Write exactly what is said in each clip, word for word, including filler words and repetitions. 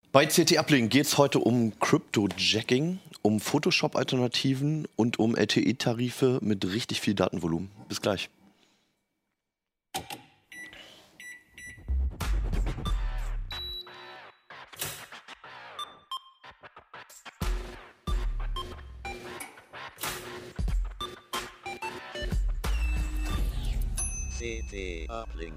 Bei C T Uplink geht es heute um Cryptojacking, um Photoshop-Alternativen und um L T E-Tarife mit richtig viel Datenvolumen. Bis gleich. C T Uplink.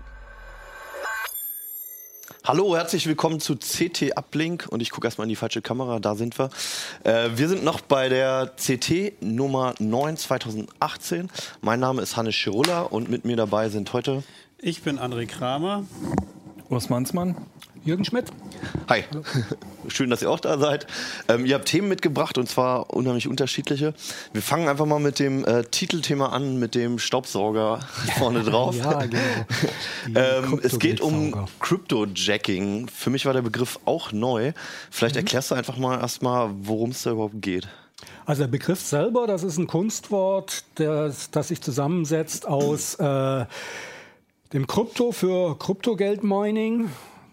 Hallo, herzlich willkommen zu C T Uplink und ich gucke erstmal in die falsche Kamera, da sind wir. Äh, wir sind noch bei der C T Nummer neun zweitausendachtzehn. Mein Name ist Hannes Schirulla und mit mir dabei sind heute... Ich bin André Kramer. Urs Mansmann. Jürgen Schmidt. Hi, schön, dass ihr auch da seid. Ähm, ihr habt Themen mitgebracht und zwar unheimlich unterschiedliche. Wir fangen einfach mal mit dem äh, Titelthema an, mit dem Staubsauger vorne drauf. Ja, genau. ähm, es geht um Cryptojacking. Für mich war der Begriff auch neu. Vielleicht mhm. erklärst du einfach mal erstmal, worum es da überhaupt geht. Also der Begriff selber, das ist ein Kunstwort, das, das sich zusammensetzt aus äh, dem Krypto für Kryptogeldmining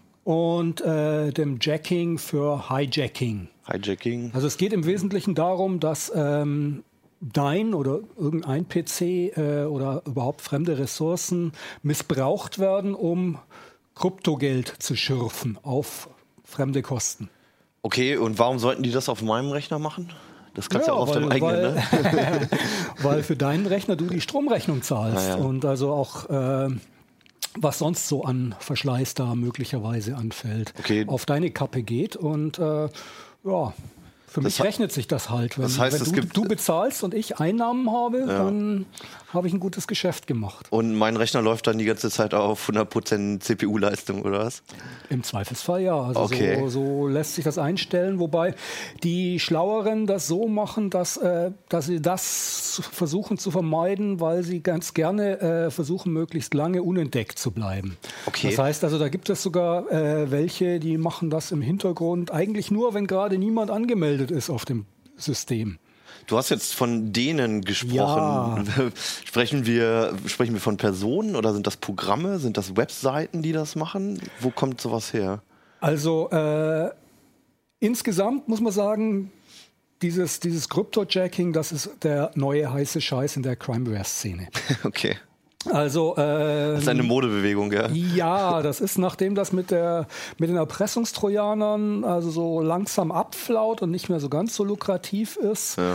und äh, dem Jacking für Hijacking. Hijacking. Also es geht im Wesentlichen darum, dass ähm, dein oder irgendein P C äh, oder überhaupt fremde Ressourcen missbraucht werden, um Kryptogeld zu schürfen auf fremde Kosten. Okay, und warum sollten die das auf meinem Rechner machen? Das kannst du ja, ja auch auf weil, deinem eigenen, weil, ne? weil für deinen Rechner du die Stromrechnung zahlst. Ja, ja. Und also auch äh, was sonst so an Verschleiß da möglicherweise anfällt, okay. auf deine Kappe geht. Und äh, ja, für mich das rechnet sich das halt. Wenn, das heißt, wenn es du, gibt du bezahlst und ich Einnahmen habe, ja. dann habe ich ein gutes Geschäft gemacht. Und mein Rechner läuft dann die ganze Zeit auf hundert Prozent C P U-Leistung, oder was? Im Zweifelsfall ja. Also okay. so, so lässt sich das einstellen, wobei die Schlaueren das so machen, dass, äh, dass sie das versuchen zu vermeiden, weil sie ganz gerne äh, versuchen, möglichst lange unentdeckt zu bleiben. Okay. Das heißt also, da gibt es sogar äh, welche, die machen das im Hintergrund eigentlich nur, wenn gerade niemand angemeldet ist auf dem System. Du hast jetzt von denen gesprochen. Ja. Sprechen wir, sprechen wir von Personen oder sind das Programme? Sind das Webseiten, die das machen? Wo kommt sowas her? Also äh, insgesamt muss man sagen, dieses, dieses Cryptojacking, das ist der neue heiße Scheiß in der Crimeware-Szene. Okay. Also, ähm, das ist eine Modebewegung, ja? Ja, das ist, nachdem das mit, der, mit den Erpressungstrojanern also so langsam abflaut und nicht mehr so ganz so lukrativ ist, ja.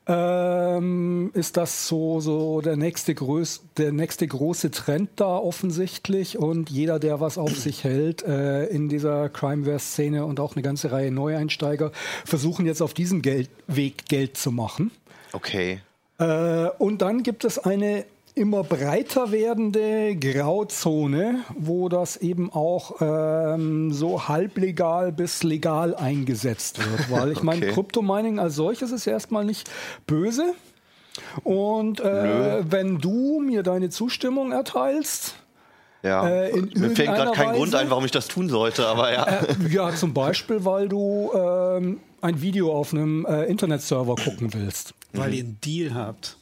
ähm, ist das so, so der, nächste Größ, der nächste große Trend da offensichtlich. Und jeder, der was auf sich hält äh, in dieser Crimeware-Szene und auch eine ganze Reihe Neueinsteiger, versuchen jetzt auf diesem Geld, Weg Geld zu machen. Okay. Äh, und dann gibt es eine immer breiter werdende Grauzone, wo das eben auch ähm, so halblegal bis legal eingesetzt wird. Weil ich meine, okay. Kryptomining als solches ist ja erstmal nicht böse. Und äh, wenn du mir deine Zustimmung erteilst, ja. Äh, mir fällt gerade kein Weise, Grund ein, warum ich das tun sollte, aber ja. Äh, ja, zum Beispiel, weil du ähm, ein Video auf einem äh, Internetserver gucken willst. Weil mhm. ihr einen Deal habt.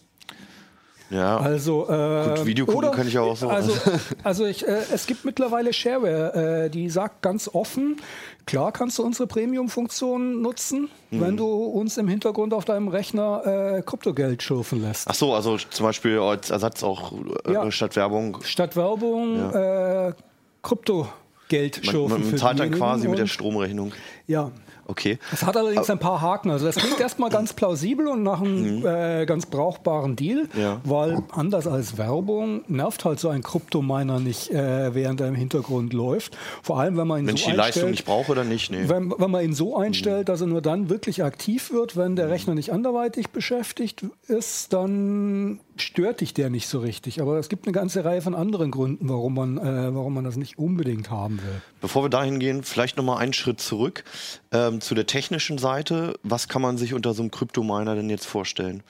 Ja, also, äh, gut, Video gucken oder, kann ich auch so. Also, also ich, äh, es gibt mittlerweile Shareware, äh, die sagt ganz offen, klar kannst du unsere Premium-Funktion nutzen, mhm. wenn du uns im Hintergrund auf deinem Rechner äh, Kryptogeld schürfen lässt. Ach so, also zum Beispiel als Ersatz auch äh, ja. statt Werbung. Statt Werbung ja. äh, Kryptogeld schürfen. Man, man zahlt dann quasi mit der Stromrechnung. Ja. Okay. Es hat allerdings ein paar Haken. Also das klingt erstmal ganz plausibel und nach einem mhm. äh, ganz brauchbaren Deal, ja. weil anders als Werbung nervt halt so ein Kryptominer nicht, äh, während er im Hintergrund läuft. Vor allem, wenn man ihn wenn so ich die einstellt, Leistung nicht brauche oder nicht. Nee. Wenn, wenn man ihn so einstellt, dass er nur dann wirklich aktiv wird, wenn der Rechner nicht anderweitig beschäftigt ist, dann stört dich der nicht so richtig. Aber es gibt eine ganze Reihe von anderen Gründen, warum man, äh, warum man das nicht unbedingt haben will. Bevor wir dahin gehen, vielleicht nochmal einen Schritt zurück ähm, zu der technischen Seite. Was kann man sich unter so einem Kryptominer denn jetzt vorstellen?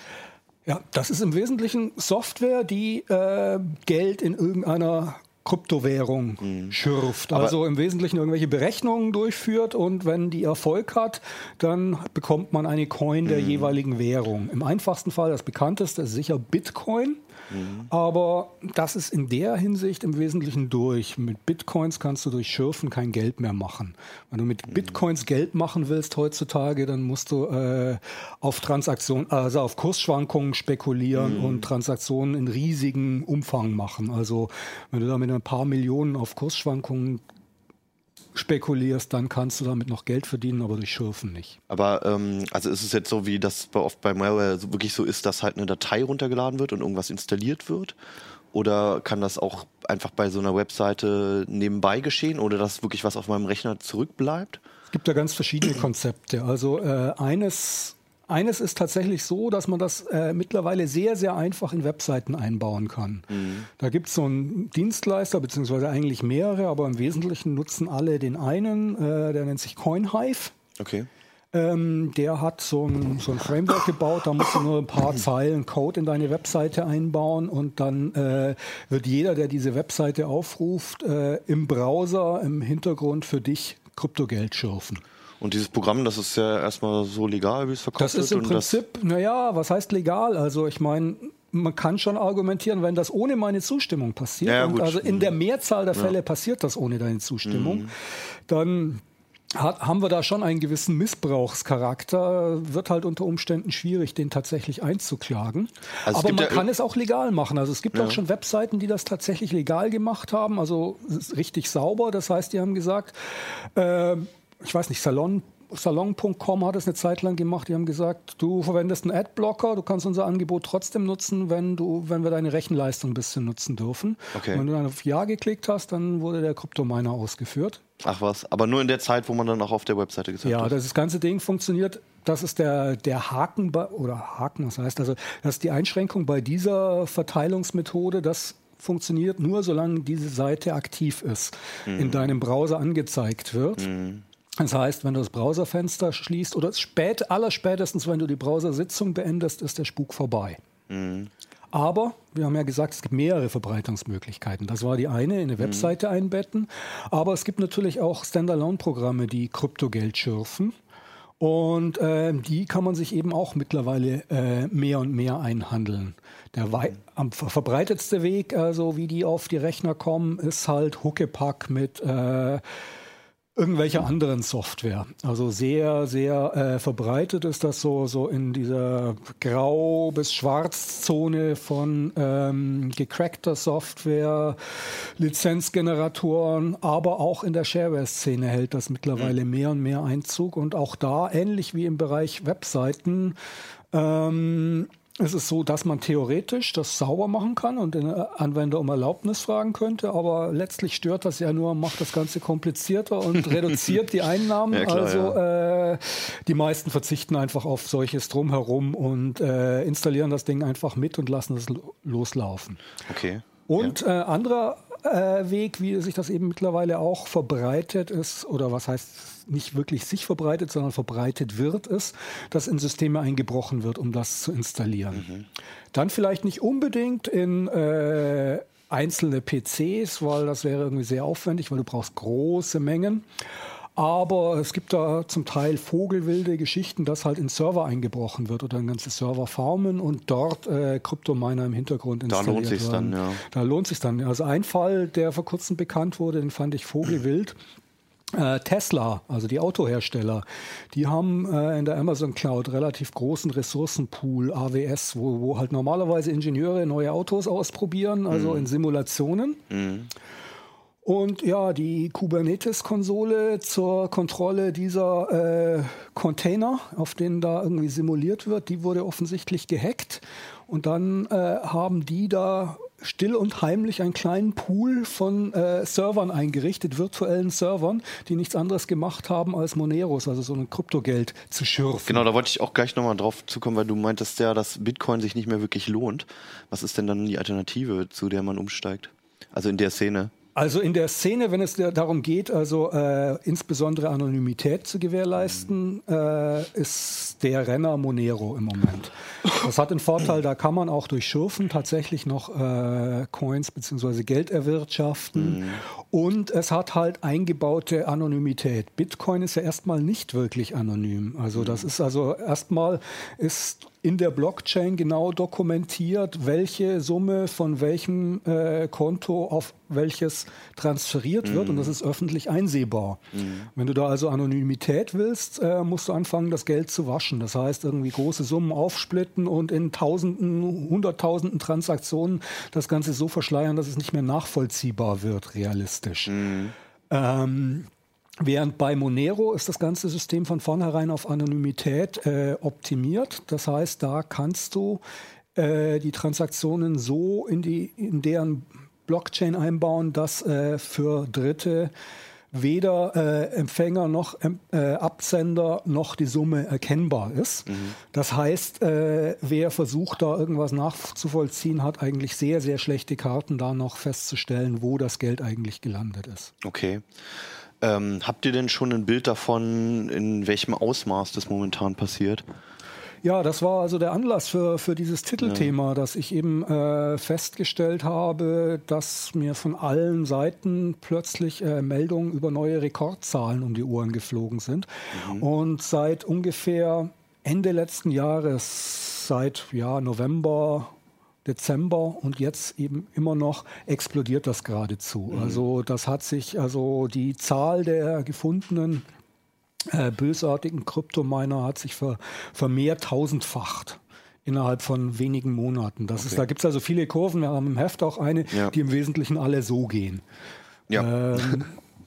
Ja, das ist im Wesentlichen Software, die äh, Geld in irgendeiner Kryptowährung mhm. schürft. Also aber im Wesentlichen irgendwelche Berechnungen durchführt und wenn die Erfolg hat, dann bekommt man eine Coin der mhm. jeweiligen Währung. Im einfachsten Fall, das bekannteste ist sicher Bitcoin. Mhm. Aber das ist in der Hinsicht im Wesentlichen durch. Mit Bitcoins kannst du durch Schürfen kein Geld mehr machen. Wenn du mit mhm. Bitcoins Geld machen willst heutzutage, dann musst du äh, auf Transaktionen, also auf Kursschwankungen spekulieren mhm. und Transaktionen in riesigen Umfang machen. Also wenn du da mit ein paar Millionen auf Kursschwankungen spekulierst, dann kannst du damit noch Geld verdienen, aber durch Schürfen nicht. Aber ähm, also ist es jetzt so, wie das oft bei Malware so wirklich so ist, dass halt eine Datei runtergeladen wird und irgendwas installiert wird? Oder kann das auch einfach bei so einer Webseite nebenbei geschehen oder dass wirklich was auf meinem Rechner zurückbleibt? Es gibt da ganz verschiedene Konzepte. Also äh, eines Eines ist tatsächlich so, dass man das äh, mittlerweile sehr, sehr einfach in Webseiten einbauen kann. Mhm. Da gibt es so einen Dienstleister, beziehungsweise eigentlich mehrere, aber im Wesentlichen nutzen alle den einen, äh, der nennt sich CoinHive. Okay. Ähm, der hat so ein, so ein Framework gebaut, da musst du nur ein paar Zeilen Code in deine Webseite einbauen und dann äh, wird jeder, der diese Webseite aufruft, äh, im Browser im Hintergrund für dich Kryptogeld schürfen. Und dieses Programm, das ist ja erstmal so legal, wie es verkauft wird? Das ist im Prinzip, naja, was heißt legal? Also ich meine, man kann schon argumentieren, wenn das ohne meine Zustimmung passiert, ja, und also in der Mehrzahl der Fälle ja. passiert das ohne deine Zustimmung, mhm. dann hat, haben wir da schon einen gewissen Missbrauchscharakter. Wird halt unter Umständen schwierig, den tatsächlich einzuklagen. Also aber man ja kann es auch legal machen. Also es gibt ja. auch schon Webseiten, die das tatsächlich legal gemacht haben, also richtig sauber. Das heißt, die haben gesagt, äh, ich weiß nicht, Salon, Salon Punkt com hat es eine Zeit lang gemacht. Die haben gesagt, du verwendest einen Adblocker, du kannst unser Angebot trotzdem nutzen, wenn du, wenn wir deine Rechenleistung ein bisschen nutzen dürfen. Okay. Wenn du dann auf Ja geklickt hast, dann wurde der Kryptominer ausgeführt. Ach was, aber nur in der Zeit, wo man dann auch auf der Webseite gesagt hat. Ja, das ganze Ding funktioniert, das ist der, der Haken, bei, oder Haken, das heißt also, das ist die Einschränkung bei dieser Verteilungsmethode, dass funktioniert nur, solange diese Seite aktiv ist, mhm. in deinem Browser angezeigt wird. Mhm. Das heißt, wenn du das Browserfenster schließt oder spät, allerspätestens, wenn du die Browsersitzung beendest, ist der Spuk vorbei. Mhm. Aber wir haben ja gesagt, es gibt mehrere Verbreitungsmöglichkeiten. Das war die eine, in eine mhm. Webseite einbetten. Aber es gibt natürlich auch Standalone-Programme, die Kryptogeld schürfen. Und äh, die kann man sich eben auch mittlerweile äh, mehr und mehr einhandeln. Der wei- am verbreitetste Weg, also wie die auf die Rechner kommen, ist halt Huckepack mit äh, irgendwelcher anderen Software. Also sehr, sehr äh, verbreitet ist das so, so in dieser Grau- bis Schwarzzone von ähm, gecrackter Software, Lizenzgeneratoren, aber auch in der Shareware-Szene hält das mittlerweile mhm. mehr und mehr Einzug. Und auch da, ähnlich wie im Bereich Webseiten, ähm, es ist so, dass man theoretisch das sauber machen kann und den Anwender um Erlaubnis fragen könnte, aber letztlich stört das ja nur, macht das Ganze komplizierter und reduziert die Einnahmen. Ja, klar, also ja. äh, die meisten verzichten einfach auf solches Drumherum und äh, installieren das Ding einfach mit und lassen es loslaufen. Okay. Und ja. äh, anderer äh, Weg, wie sich das eben mittlerweile auch verbreitet ist, oder was heißt nicht wirklich sich verbreitet, sondern verbreitet wird, ist, dass in Systeme eingebrochen wird, um das zu installieren. Mhm. Dann vielleicht nicht unbedingt in äh, einzelne P Cs, weil das wäre irgendwie sehr aufwendig, weil du brauchst große Mengen. Aber es gibt da zum Teil vogelwilde Geschichten, dass halt in Server eingebrochen wird oder in ganze Serverfarmen und dort äh, Kryptominer im Hintergrund installiert werden. Da lohnt sich's dann, ja. Da lohnt sich's dann. Also ein Fall, der vor kurzem bekannt wurde, den fand ich vogelwild. Äh, Tesla, also die Autohersteller, die haben äh, in der Amazon Cloud relativ großen Ressourcenpool, A W S, wo, wo halt normalerweise Ingenieure neue Autos ausprobieren, also mhm. in Simulationen. Mhm. Und ja, die Kubernetes-Konsole zur Kontrolle dieser äh, Container, auf denen da irgendwie simuliert wird, die wurde offensichtlich gehackt. Und dann äh, haben die da still und heimlich einen kleinen Pool von äh, Servern eingerichtet, virtuellen Servern, die nichts anderes gemacht haben als Moneros, also so ein Kryptogeld zu schürfen. Genau, da wollte ich auch gleich nochmal drauf zukommen, weil du meintest ja, dass Bitcoin sich nicht mehr wirklich lohnt. Was ist denn dann die Alternative, zu der man umsteigt? Also in der Szene? Also in der Szene, wenn es darum geht, also äh, insbesondere Anonymität zu gewährleisten, äh, ist der Renner Monero im Moment. Das hat den Vorteil, da kann man auch durch Schürfen tatsächlich noch äh, Coins bzw. Geld erwirtschaften. Mhm. Und es hat halt eingebaute Anonymität. Bitcoin ist ja erstmal nicht wirklich anonym. Also das ist also erstmal ist in der Blockchain genau dokumentiert, welche Summe von welchem äh, Konto auf welches transferiert wird. Mhm. Und das ist öffentlich einsehbar. Mhm. Wenn du da also Anonymität willst, äh, musst du anfangen, das Geld zu waschen. Das heißt, irgendwie große Summen aufsplitten und in Tausenden, Hunderttausenden Transaktionen das Ganze so verschleiern, dass es nicht mehr nachvollziehbar wird, realistisch. Mhm. Ähm, Während bei Monero ist das ganze System von vornherein auf Anonymität äh, optimiert. Das heißt, da kannst du äh, die Transaktionen so in, die, in deren Blockchain einbauen, dass äh, für Dritte weder äh, Empfänger noch äh, Absender noch die Summe erkennbar ist. Mhm. Das heißt, äh, wer versucht, da irgendwas nachzuvollziehen, hat eigentlich sehr, sehr schlechte Karten, da noch festzustellen, wo das Geld eigentlich gelandet ist. Okay. Ähm, habt ihr denn schon ein Bild davon, in welchem Ausmaß das momentan passiert? Ja, das war also der Anlass für, für dieses Titelthema, ja. dass ich eben äh, festgestellt habe, dass mir von allen Seiten plötzlich äh, Meldungen über neue Rekordzahlen um die Ohren geflogen sind. Mhm. Und seit ungefähr Ende letzten Jahres, seit ja, November, Dezember und jetzt eben immer noch explodiert das geradezu. Mhm. Also das hat sich, also die Zahl der gefundenen äh, bösartigen Kryptominer hat sich ver, vermehrt tausendfacht innerhalb von wenigen Monaten. Das okay. ist, da gibt es also viele Kurven. Wir haben im Heft auch eine, ja. die im Wesentlichen alle so gehen. Ja. Ähm,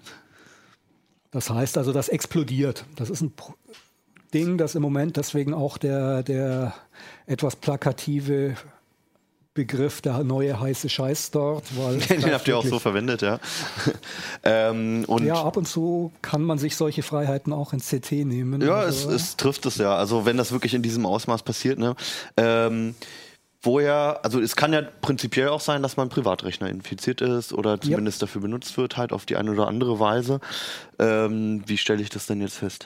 das heißt also, das explodiert. Das ist ein Pro- Ding, das im Moment deswegen auch der, der etwas plakative Begriff, der neue heiße Scheiß dort. Weil den habt ihr auch so verwendet, ja. ähm, und ja, ab und zu kann man sich solche Freiheiten auch in C T nehmen. Ja, also, es, es trifft es ja. Also wenn das wirklich in diesem Ausmaß passiert, ne. Ähm, woher, also es kann ja prinzipiell auch sein, dass mein Privatrechner infiziert ist oder zumindest yep. dafür benutzt wird, halt auf die eine oder andere Weise. Ähm, wie stelle ich das denn jetzt fest?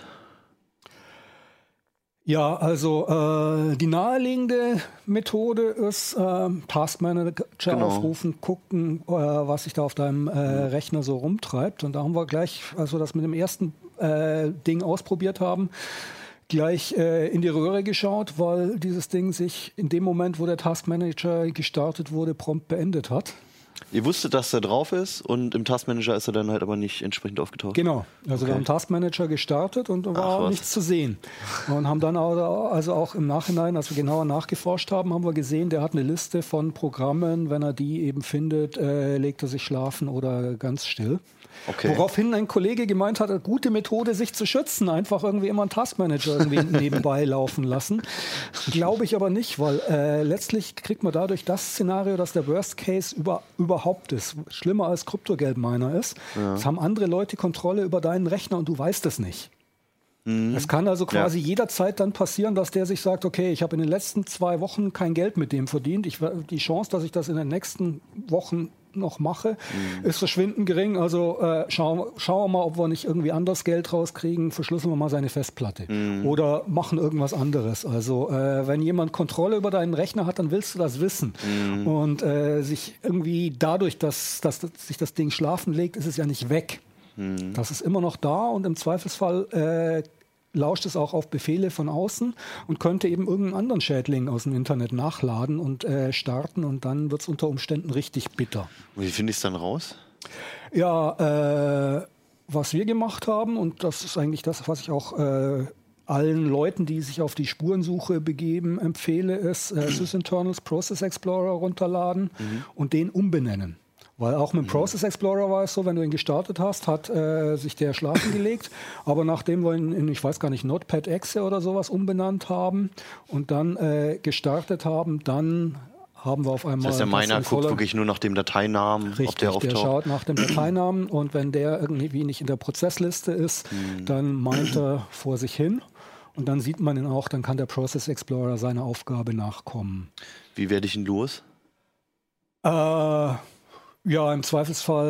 Ja, also äh, die naheliegende Methode ist äh, Taskmanager genau. aufrufen, gucken, äh, was sich da auf deinem äh, Rechner so rumtreibt. Und da haben wir gleich, als wir das mit dem ersten äh, Ding ausprobiert haben, gleich äh, in die Röhre geschaut, weil dieses Ding sich in dem Moment, wo der Taskmanager gestartet wurde, prompt beendet hat. Ihr wusstet, dass er drauf ist und im Taskmanager ist er dann halt aber nicht entsprechend aufgetaucht? Genau, also okay. wir haben Taskmanager gestartet und da war Ach, nichts zu sehen. Und haben dann also auch im Nachhinein, als wir genauer nachgeforscht haben, haben wir gesehen, der hat eine Liste von Programmen, wenn er die eben findet, äh, legt er sich schlafen oder ganz still. Okay. Woraufhin ein Kollege gemeint hat, eine gute Methode, sich zu schützen, einfach irgendwie immer einen Taskmanager irgendwie nebenbei laufen lassen. Glaube ich aber nicht, weil äh, letztlich kriegt man dadurch das Szenario, dass der Worst Case über, überhaupt ist. Schlimmer als Kryptogeldminer ist. Ja. Es haben andere Leute Kontrolle über deinen Rechner und du weißt es nicht. Mhm. Es kann also quasi ja. jederzeit dann passieren, dass der sich sagt, okay, ich habe in den letzten zwei Wochen kein Geld mit dem verdient. Ich, die Chance, dass ich das in den nächsten Wochen noch mache, mhm. ist verschwindend gering. Also äh, schauen, schauen wir mal, ob wir nicht irgendwie anders Geld rauskriegen, verschlüsseln wir mal seine Festplatte mhm. oder machen irgendwas anderes. Also äh, wenn jemand Kontrolle über deinen Rechner hat, dann willst du das wissen. Mhm. Und äh, sich irgendwie dadurch, dass, dass, dass sich das Ding schlafen legt, ist es ja nicht weg. Mhm. Das ist immer noch da und im Zweifelsfall äh, lauscht es auch auf Befehle von außen und könnte eben irgendeinen anderen Schädling aus dem Internet nachladen und äh, starten und dann wird es unter Umständen richtig bitter. Und wie finde ich es dann raus? Ja, äh, was wir gemacht haben und das ist eigentlich das, was ich auch äh, allen Leuten, die sich auf die Spurensuche begeben, empfehle, ist äh, sysinternals Process Explorer runterladen mhm. und den umbenennen. Weil auch mit dem Process Explorer war es so, wenn du ihn gestartet hast, hat äh, sich der schlafen gelegt. Aber nachdem wir ihn in, ich weiß gar nicht, Notepad Exe oder sowas umbenannt haben und dann äh, gestartet haben, dann haben wir auf einmal... Das heißt, der Miner guckt wirklich nur nach dem Dateinamen, richtig, ob der auftaucht. Der schaut nach dem Dateinamen und wenn der irgendwie nicht in der Prozessliste ist, hm. dann meint er vor sich hin. Und dann sieht man ihn auch, dann kann der Process Explorer seiner Aufgabe nachkommen. Wie werde ich ihn los? Äh... Ja, im Zweifelsfall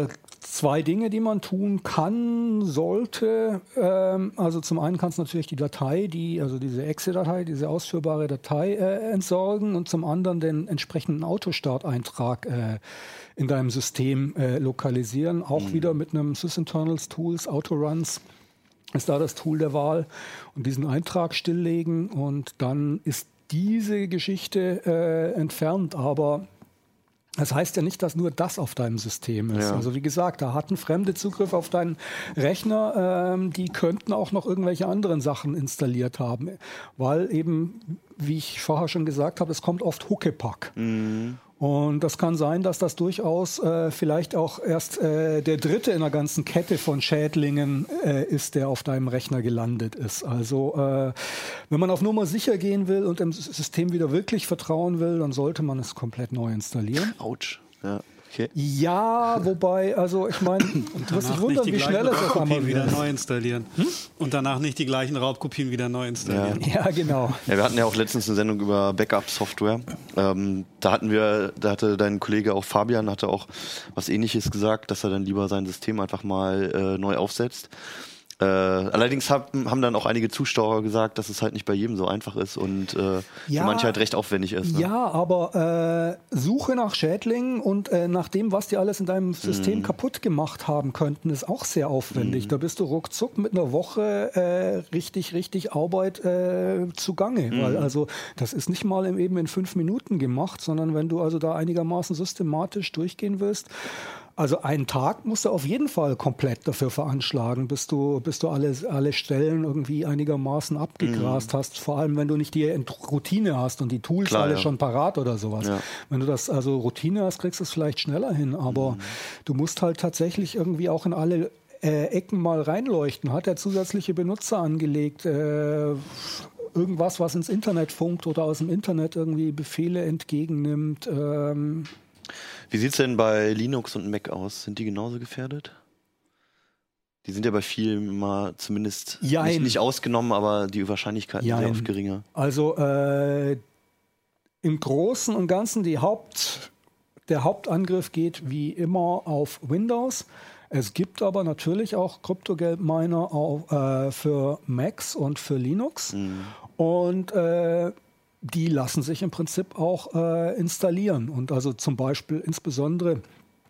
zwei Dinge, die man tun kann, sollte. Ähm, also zum einen kannst du natürlich die Datei, die, also diese Exe-Datei, diese ausführbare Datei äh, entsorgen und zum anderen den entsprechenden Autostart-Eintrag äh, in deinem System äh, lokalisieren. Auch mhm. wieder mit einem Sysinternals Tools, Autoruns ist da das Tool der Wahl und diesen Eintrag stilllegen und dann ist diese Geschichte äh, entfernt, aber das heißt ja nicht, dass nur das auf deinem System ist. Ja. Also wie gesagt, da hatten Fremde Zugriff auf deinen Rechner, ähm, die könnten auch noch irgendwelche anderen Sachen installiert haben, weil eben, wie ich vorher schon gesagt habe, es kommt oft Huckepack. Mhm. Und das kann sein, dass das durchaus äh, vielleicht auch erst äh, der dritte in der ganzen Kette von Schädlingen äh, ist, der auf deinem Rechner gelandet ist. Also äh, wenn man auf Nummer sicher gehen will und dem System wieder wirklich vertrauen will, dann sollte man es komplett neu installieren. Autsch. Ja. Okay. Ja, wobei, also ich meine, du wirst dich wundern, wie schnell es auf einmal wieder neu installieren. Hm? Und danach nicht die gleichen Raubkopien wieder neu installieren. Ja, ja genau. Ja, wir hatten ja auch letztens eine Sendung über Backup-Software. Ähm, da hatten wir, da hatte dein Kollege auch Fabian, hatte auch was Ähnliches gesagt, dass er dann lieber sein System einfach mal äh, neu aufsetzt. Äh, allerdings haben, haben dann auch einige Zuschauer gesagt, dass es halt nicht bei jedem so einfach ist und äh, ja, für manche halt recht aufwendig ist. Ne? Ja, aber äh, Suche nach Schädlingen und äh, nach dem, was die alles in deinem System mm. kaputt gemacht haben könnten, ist auch sehr aufwendig. Mm. Da bist du ruckzuck mit einer Woche äh, richtig, richtig Arbeit äh, zugange. Mm. Weil also das ist nicht mal im, eben in fünf Minuten gemacht, sondern wenn du also da einigermaßen systematisch durchgehen willst, also einen Tag musst du auf jeden Fall komplett dafür veranschlagen, bis du, bis du alle, alle Stellen irgendwie einigermaßen abgegrast mm. hast. Vor allem, wenn du nicht die Routine hast und die Tools Klar, alle ja. schon parat oder sowas. Ja. Wenn du das also Routine hast, kriegst du es vielleicht schneller hin. Aber mm. du musst halt tatsächlich irgendwie auch in alle äh, Ecken mal reinleuchten. Hat der zusätzliche Benutzer angelegt? Äh, irgendwas, was ins Internet funkt oder aus dem Internet irgendwie Befehle entgegennimmt? Ähm, Wie sieht es denn bei Linux und Mac aus? Sind die genauso gefährdet? Die sind ja bei vielen mal zumindest nicht, nicht ausgenommen, aber die Wahrscheinlichkeit ist sehr oft geringer. Also äh, im Großen und Ganzen die Haupt, der Hauptangriff geht wie immer auf Windows. Es gibt aber natürlich auch Kryptogeld-Miner auch, äh, für Macs und für Linux. Mhm. Und äh, die lassen sich im Prinzip auch äh, installieren. Und also zum Beispiel insbesondere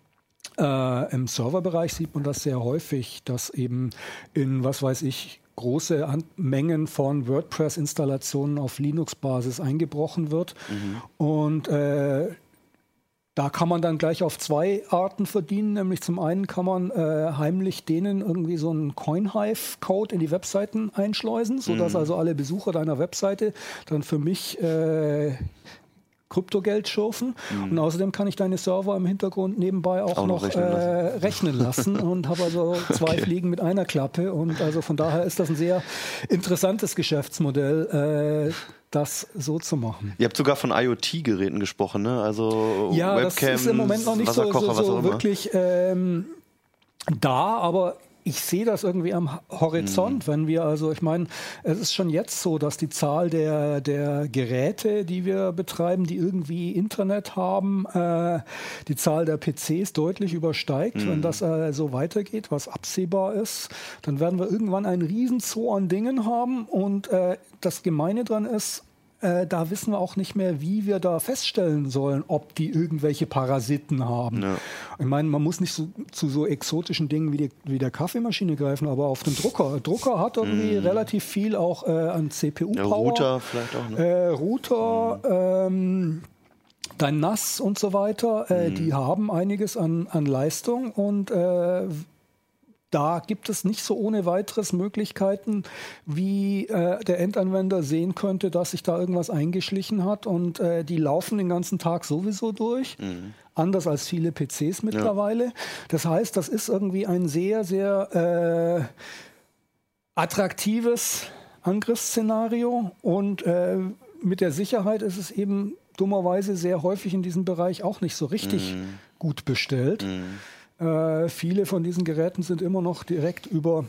äh, im Serverbereich sieht man das sehr häufig, dass eben in, was weiß ich, große An- Mengen von WordPress-Installationen auf Linux-Basis eingebrochen wird. Mhm. Und äh, da kann man dann gleich auf zwei Arten verdienen, nämlich zum einen kann man äh, heimlich denen irgendwie so einen CoinHive-Code in die Webseiten einschleusen, sodass mhm. also alle Besucher deiner Webseite dann für mich äh, Kryptogeld schürfen. Mhm. Und außerdem kann ich deine Server im Hintergrund nebenbei auch, auch noch, noch rechnen, äh, lassen. rechnen lassen und habe also zwei okay. Fliegen mit einer Klappe. Und also von daher ist das ein sehr interessantes Geschäftsmodell, äh, das so zu machen. Ihr habt sogar von IoT-Geräten gesprochen, ne? Also ja, Webcams, das ist im Moment noch nicht so, so, so wirklich ähm, da, aber ich sehe das irgendwie am Horizont, mhm. wenn wir also, ich meine, es ist schon jetzt so, dass die Zahl der, der Geräte, die wir betreiben, die irgendwie Internet haben, äh, die Zahl der P Cs deutlich übersteigt. Mhm. Wenn das äh, so weitergeht, was absehbar ist, dann werden wir irgendwann einen Riesenzoo an Dingen haben und äh, das Gemeine dran ist, Äh, da wissen wir auch nicht mehr, wie wir da feststellen sollen, ob die irgendwelche Parasiten haben. Ja. Ich meine, man muss nicht so, zu so exotischen Dingen wie, die, wie der Kaffeemaschine greifen, aber auf den Drucker. Der Drucker hat irgendwie mm. relativ viel auch äh, an C P U-Power. Ja, Router vielleicht auch. Ne? Äh, Router, mm. ähm, dein N A S und so weiter, äh, mm. die haben einiges an, an Leistung und äh, da gibt es nicht so ohne weiteres Möglichkeiten, wie äh, der Endanwender sehen könnte, dass sich da irgendwas eingeschlichen hat. Und äh, die laufen den ganzen Tag sowieso durch, mhm. anders als viele P Cs mittlerweile. Ja. Das heißt, das ist irgendwie ein sehr, sehr äh, attraktives Angriffsszenario. Und äh, mit der Sicherheit ist es eben dummerweise sehr häufig in diesem Bereich auch nicht so richtig mhm. gut bestellt. Mhm. Äh, viele von diesen Geräten sind immer noch direkt über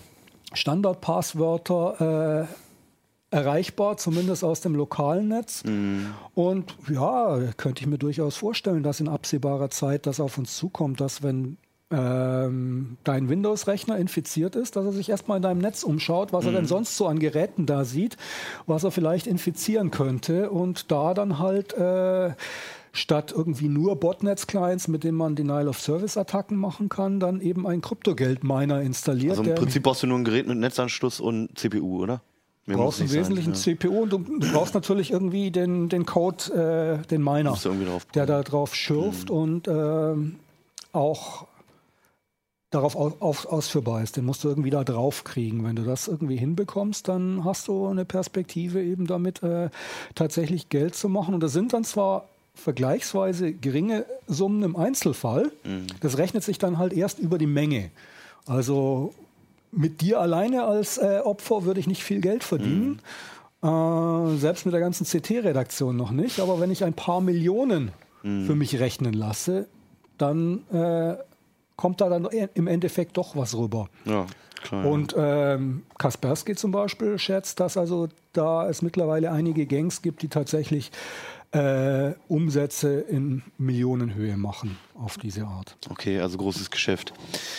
Standardpasswörter äh, erreichbar, zumindest aus dem lokalen Netz. Mm. Und ja, könnte ich mir durchaus vorstellen, dass in absehbarer Zeit das auf uns zukommt, dass wenn ähm, dein Windows-Rechner infiziert ist, dass er sich erstmal in deinem Netz umschaut, was mhm. er denn sonst so an Geräten da sieht, was er vielleicht infizieren könnte und da dann halt äh, statt irgendwie nur Botnets-Clients, mit denen man Denial-of-Service-Attacken machen kann, dann eben einen Kryptogeld-Miner installiert. Also im Prinzip brauchst du nur ein Gerät mit Netzanschluss und C P U, oder? Du brauchst im Wesentlichen ja. C P U und du, du brauchst natürlich irgendwie den, den Code, äh, den Miner, der da drauf schürft mhm. und äh, auch darauf auf, auf, ausführbar ist. Den musst du irgendwie da drauf kriegen. Wenn du das irgendwie hinbekommst, dann hast du eine Perspektive, eben damit äh, tatsächlich Geld zu machen. Und das sind dann zwar vergleichsweise geringe Summen im Einzelfall. Mhm. Das rechnet sich dann halt erst über die Menge. Also mit dir alleine als äh, Opfer würde ich nicht viel Geld verdienen. Mhm. Äh, selbst mit der ganzen C T-Redaktion noch nicht. Aber wenn ich ein paar Millionen mhm. für mich rechnen lasse, dann äh, kommt da dann im Endeffekt doch was rüber. Ja, klar, und ähm, Kaspersky zum Beispiel schätzt, dass also da es mittlerweile einige Gangs gibt, die tatsächlich Äh, Umsätze in Millionenhöhe machen auf diese Art. Okay, also großes Geschäft.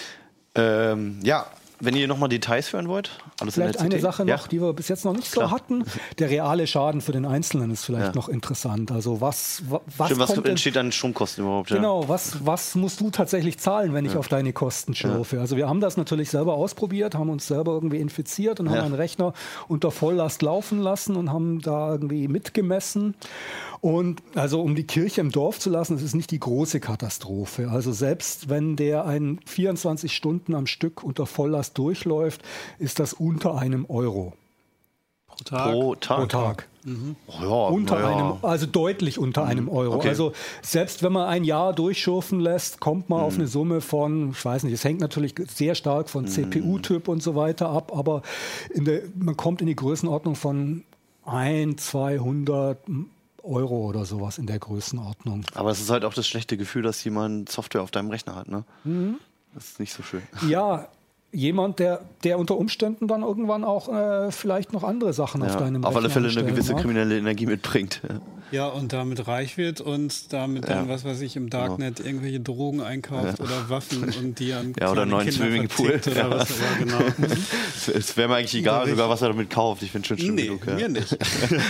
Ähm, ja, wenn ihr nochmal Details hören wollt, alles vielleicht in der eine Sache ja. noch, die wir bis jetzt noch nicht Klar. so hatten. Der reale Schaden für den Einzelnen ist vielleicht ja. noch interessant. Also was, was, Stimmt, was kommt entsteht an Stromkosten überhaupt? Genau, ja. was, was musst du tatsächlich zahlen, wenn ich ja. auf deine Kosten schürfe? Ja. Also wir haben das natürlich selber ausprobiert, haben uns selber irgendwie infiziert und ja. haben einen Rechner unter Volllast laufen lassen und haben da irgendwie mitgemessen. Und also um die Kirche im Dorf zu lassen, das ist nicht die große Katastrophe. Also selbst wenn der ein vierundzwanzig Stunden am Stück unter Volllast durchläuft, ist das unter einem Euro. Pro Tag? Pro Tag. Pro Tag. Mhm. Oh ja, unter ja. einem, also deutlich unter mhm. einem Euro. Okay. Also selbst wenn man ein Jahr durchschürfen lässt, kommt man mhm. auf eine Summe von, ich weiß nicht, es hängt natürlich sehr stark von mhm. C P U-Typ und so weiter ab, aber in der, man kommt in die Größenordnung von ein, zweihundert Euro oder sowas in der Größenordnung. Aber es ist halt auch das schlechte Gefühl, dass jemand Software auf deinem Rechner hat, ne? Mhm. Das ist nicht so schön. Ja, jemand, der, der unter Umständen dann irgendwann auch äh, vielleicht noch andere Sachen ja, auf deinem auf Rechner alle Fälle eine gewisse mag. kriminelle Energie mitbringt. Ja. Ja, und damit reich wird und damit dann, ja. was weiß ich, im Darknet ja. irgendwelche Drogen einkauft ja. oder Waffen und die an ja, oder einen neuen Swimmingpool. Oder ja. was, ja, genau. Es wäre mir eigentlich egal, sogar was er damit kauft. Ich finde schon schlimm nee, genug. Ja. mir nicht.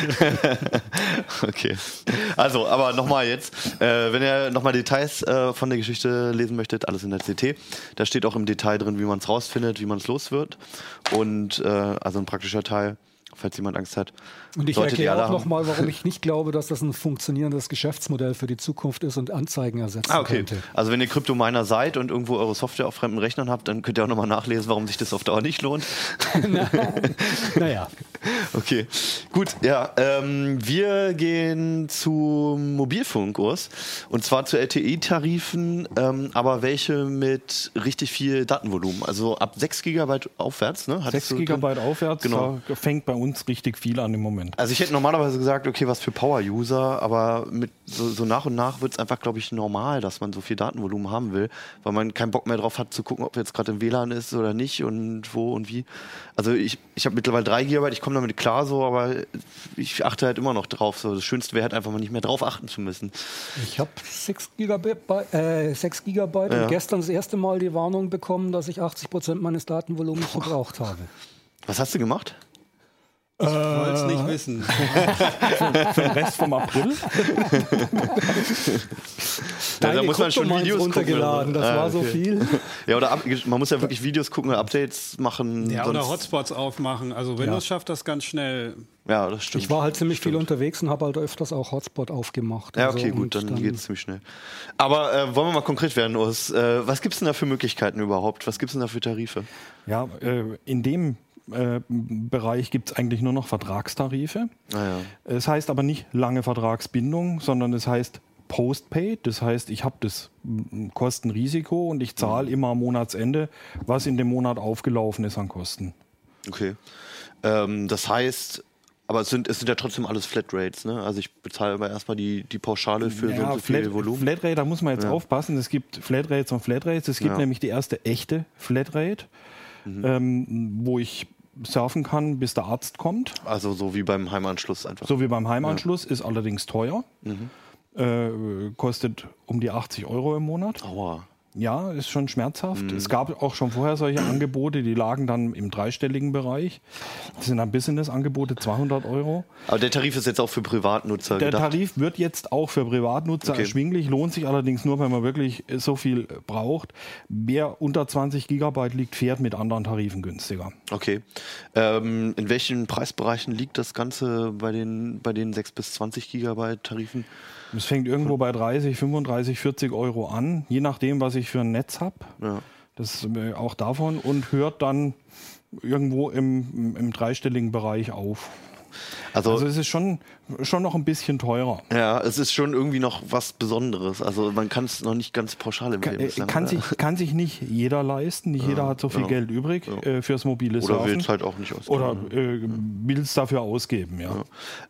Okay. Also, aber nochmal jetzt, äh, wenn ihr nochmal Details äh, von der Geschichte lesen möchtet, alles in der C T. Da steht auch im Detail drin, wie man es rausfindet, wie man es los wird. Und äh, also ein praktischer Teil, falls jemand Angst hat. Und ich erkläre auch nochmal, warum ich nicht glaube, dass das ein funktionierendes Geschäftsmodell für die Zukunft ist und Anzeigen ersetzen ah, okay. könnte. Also wenn ihr Kryptominer seid und irgendwo eure Software auf fremden Rechnern habt, dann könnt ihr auch nochmal nachlesen, warum sich das auf Dauer nicht lohnt. Naja. Okay, gut. Ja, ähm, wir gehen zum Mobilfunk, Urs. Und zwar zu L T E-Tarifen, ähm, aber welche mit richtig viel Datenvolumen. Also ab sechs Gigabyte aufwärts, ne? sechs Gigabyte aufwärts, genau. Da fängt bei uns richtig viel an im Moment. Also ich hätte normalerweise gesagt, okay, was für Power-User, aber mit so, so nach und nach wird es einfach, glaube ich, normal, dass man so viel Datenvolumen haben will, weil man keinen Bock mehr drauf hat, zu gucken, ob jetzt gerade im W L A N ist oder nicht und wo und wie. Also ich, ich habe mittlerweile drei Gigabyte, ich komme damit klar so, aber ich achte halt immer noch drauf. So. Das Schönste wäre halt einfach mal nicht mehr drauf achten zu müssen. Ich habe sechs Gigabyte, äh, sechs Gigabyte ja. und gestern das erste Mal die Warnung bekommen, dass ich achtzig Prozent meines Datenvolumens Boah. verbraucht habe. Was hast du gemacht? Ich äh, wollte es nicht wissen. für, für den Rest vom April? Ja, da muss man schon Videos runtergeladen, gucken. Das ah, war okay. so viel. Ja, oder ab, man muss ja wirklich Videos gucken, Updates machen. Ja, oder Hotspots aufmachen. Also Windows ja. schafft das ganz schnell. Ja, das stimmt. Ich war halt ziemlich stimmt. viel unterwegs und habe halt öfters auch Hotspot aufgemacht. Ja, also okay, gut, dann, dann geht es ziemlich schnell. Aber äh, wollen wir mal konkret werden, Urs? Äh, was gibt es denn da für Möglichkeiten überhaupt? Was gibt es denn da für Tarife? Ja, äh, in dem Äh, Bereich gibt es eigentlich nur noch Vertragstarife. Ah, ja. Es heißt aber nicht lange Vertragsbindung, sondern es heißt Postpaid. Das heißt, ich habe das Kostenrisiko und ich zahle mhm. immer am Monatsende, was in dem Monat aufgelaufen ist an Kosten. Okay. Ähm, das heißt, aber es sind, es sind ja trotzdem alles Flatrates, ne? Also ich bezahle aber erstmal die, die Pauschale für ja, so, so viel Flat, Volumen. Flatrate, da muss man jetzt ja. aufpassen. Es gibt Flatrates und Flatrates. Es gibt ja. nämlich die erste echte Flatrate, mhm. ähm, wo ich surfen kann, bis der Arzt kommt. Also so wie beim Heimanschluss einfach. So wie beim Heimanschluss, ja. ist allerdings teuer. Mhm. Äh, kostet um die achtzig Euro im Monat. Aua. ja, ist schon schmerzhaft. Mhm. Es gab auch schon vorher solche Angebote, die lagen dann im dreistelligen Bereich. Das sind dann Business-Angebote, zweihundert Euro. Aber der Tarif ist jetzt auch für Privatnutzer Der gedacht? Tarif wird jetzt auch für Privatnutzer Okay. erschwinglich, lohnt sich allerdings nur, wenn man wirklich so viel braucht. Wer unter zwanzig Gigabyte liegt, fährt mit anderen Tarifen günstiger. Okay. Ähm, in welchen Preisbereichen liegt das Ganze bei den, bei den sechs bis zwanzig Gigabyte Tarifen? Es fängt irgendwo bei dreißig, fünfunddreißig, vierzig Euro an, je nachdem, was ich für ein Netz habe. Ja. Das äh, auch davon und hört dann irgendwo im, im, im dreistelligen Bereich auf. Also, Also es ist schon, schon noch ein bisschen teurer. ja, es ist schon irgendwie noch was Besonderes. Also man kann es noch nicht ganz pauschal empfehlen. Kann, äh, bislang, kann, oder? sich, kann sich nicht jeder leisten, nicht jeder hat so viel ja, Geld übrig ja. äh, fürs mobile Oder will Surfen. es halt auch nicht ausgeben. Oder äh, will es dafür ausgeben, ja.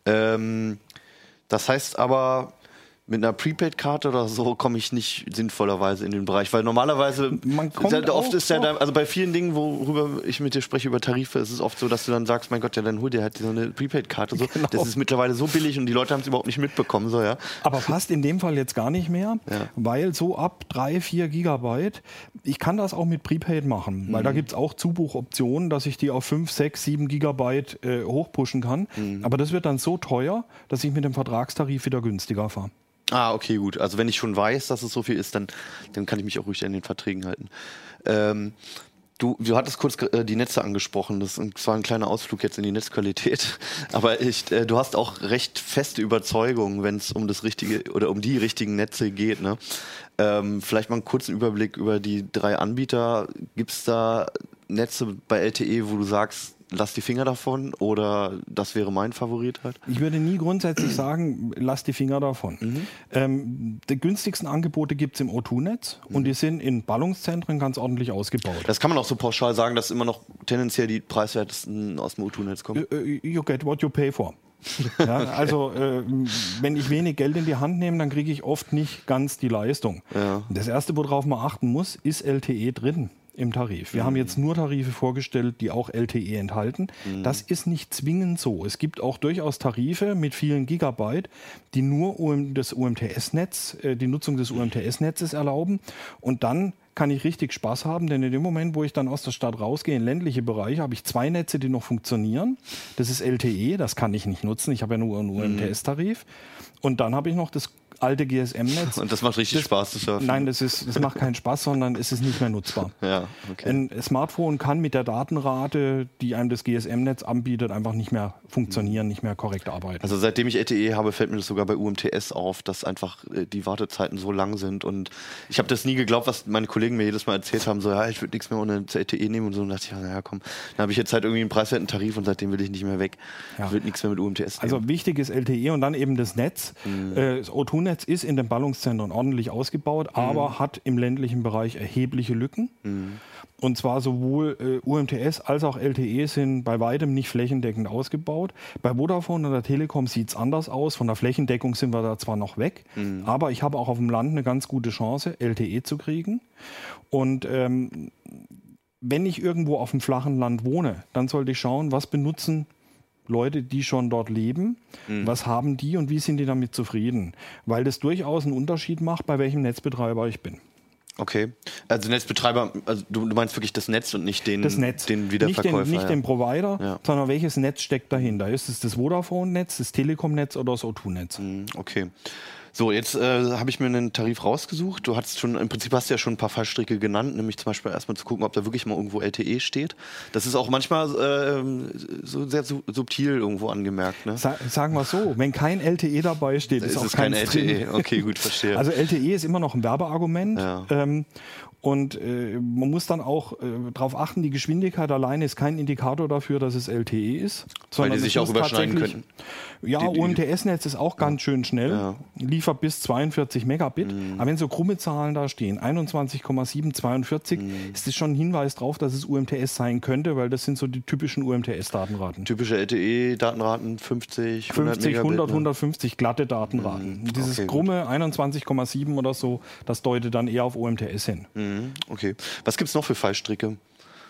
Ähm, das heißt aber, mit einer Prepaid-Karte oder so komme ich nicht sinnvollerweise in den Bereich, weil normalerweise Man kommt ist ja, oft auch ist ja noch- da, also bei vielen Dingen, worüber ich mit dir spreche über Tarife, ist es oft so, dass du dann sagst, mein Gott, ja, dann hol dir halt so eine Prepaid-Karte. So. Genau. Das ist mittlerweile so billig und die Leute haben es überhaupt nicht mitbekommen. So, ja. Aber fast in dem Fall jetzt gar nicht mehr, Ja. weil so ab drei, vier Gigabyte, ich kann das auch mit Prepaid machen, weil Mhm. da gibt es auch Zubuchoptionen, dass ich die auf fünf, sechs, sieben Gigabyte äh, hochpushen kann. Mhm. Aber das wird dann so teuer, dass ich mit dem Vertragstarif wieder günstiger fahre. Ah, okay, gut. Also wenn ich schon weiß, dass es so viel ist, dann, dann kann ich mich auch ruhig an den Verträgen halten. Ähm, du, du hattest kurz äh, die Netze angesprochen. Das, das war ein kleiner Ausflug jetzt in die Netzqualität. Aber ich, äh, du hast auch recht feste Überzeugungen, wenn es um das richtige oder um die richtigen Netze geht. Ne? Ähm, vielleicht mal einen kurzen Überblick über die drei Anbieter. Gibt es da Netze bei L T E, wo du sagst, lass die Finger davon, oder das wäre mein Favorit halt? Ich würde nie grundsätzlich sagen, lass die Finger davon. Mhm. Ähm, die günstigsten Angebote gibt es im O zwei Netz Mhm. und die sind in Ballungszentren ganz ordentlich ausgebaut. Das kann man auch so pauschal sagen, dass immer noch tendenziell die preiswertesten aus dem O zwei Netz kommen. Äh, You get what you pay for. Ja, also äh, wenn ich wenig Geld in die Hand nehme, dann kriege ich oft nicht ganz die Leistung. Ja. Das Erste, worauf man achten muss, ist L T E drin im Tarif. Wir Mhm. haben jetzt nur Tarife vorgestellt, die auch L T E enthalten. Mhm. Das ist nicht zwingend so. Es gibt auch durchaus Tarife mit vielen Gigabyte, die nur U M das U M T S-Netz, äh, die Nutzung des U M T S-Netzes erlauben. Und dann kann ich richtig Spaß haben, denn in dem Moment, wo ich dann aus der Stadt rausgehe, in ländliche Bereiche, habe ich zwei Netze, die noch funktionieren. Das ist L T E, das kann ich nicht nutzen. Ich habe ja nur einen U M T S-Tarif. Und dann habe ich noch das alte G S M-Netz. Und das macht richtig Das- Spaß zu surfen. Nein, das, ist, das macht keinen Spaß, sondern es ist nicht mehr nutzbar. Ja, okay. Ein Smartphone kann mit der Datenrate, die einem das G S M-Netz anbietet, einfach nicht mehr funktionieren, nicht mehr korrekt arbeiten. Also seitdem ich L T E habe, fällt mir das sogar bei U M T S auf, dass einfach äh, die Wartezeiten so lang sind. Und ich habe das nie geglaubt, was meine Kollegen mir jedes Mal erzählt haben, so, ja, ich würde nichts mehr ohne L T E nehmen und so. Und dachte ich, ja, naja, komm. Dann habe ich jetzt halt irgendwie einen preiswerten Tarif und seitdem will ich nicht mehr weg. Ja. Ich will nichts mehr mit U M T S nehmen. Also wichtig ist L T E und dann eben das Netz. Äh, Das O zwei Netz ist in den Ballungszentren ordentlich ausgebaut, aber hat im ländlichen Bereich erhebliche Lücken. Und zwar sowohl äh, U M T S als auch L T E sind bei weitem nicht flächendeckend ausgebaut. Bei Vodafone und der Telekom sieht es anders aus. Von der Flächendeckung sind wir da zwar noch weg, aber ich habe auch auf dem Land eine ganz gute Chance, L T E zu kriegen. Und ähm, wenn ich irgendwo auf dem flachen Land wohne, dann sollte ich schauen, was benutzen Leute, die schon dort leben, Mhm. was haben die und wie sind die damit zufrieden? Weil das durchaus einen Unterschied macht, bei welchem Netzbetreiber ich bin. Okay. Also Netzbetreiber, also du, du meinst wirklich das Netz und nicht den, Das Netz. den nicht Wiederverkäufer. den, nicht ja. den Provider, Ja. sondern welches Netz steckt dahinter? Ist es das Vodafone-Netz, das Telekom-Netz oder das O zwei Netz? Mhm, Okay. So, jetzt äh, habe ich mir einen Tarif rausgesucht. Du hast schon, im Prinzip hast du ja schon ein paar Fallstricke genannt, nämlich zum Beispiel erstmal zu gucken, ob da wirklich mal irgendwo L T E steht. Das ist auch manchmal ähm, so sehr su subtil irgendwo angemerkt. Ne? Sa sagen wir so, wenn kein L T E dabei steht, ist, Es auch ist kein keins L T E. drin. Okay, gut, verstehe. Also L T E ist immer noch ein Werbeargument. Ja. Ähm, und äh, man muss dann auch äh, darauf achten, die Geschwindigkeit alleine ist kein Indikator dafür, dass es L T E ist. Weil sondern die es sich auch muss überschneiden tatsächlich- könnten. Ja, Die- die- U M T S-Netz ist auch ganz schön schnell, Ja. liefert bis zweiundvierzig Megabit. Mhm. Aber wenn so krumme Zahlen da stehen, einundzwanzig Komma sieben, zweiundvierzig, Mhm. ist das schon ein Hinweis darauf, dass es U M T S sein könnte, weil das sind so die typischen U M T S-Datenraten. Typische L T E-Datenraten, fünfzig, hundert fünfzig, Megabit. hundert, ne? hundertfünfzig glatte Datenraten. Mhm, Dieses okay, gut. krumme einundzwanzig Komma sieben oder so, das deutet dann eher auf U M T S hin. Mhm, okay. Was gibt es noch für Fallstricke?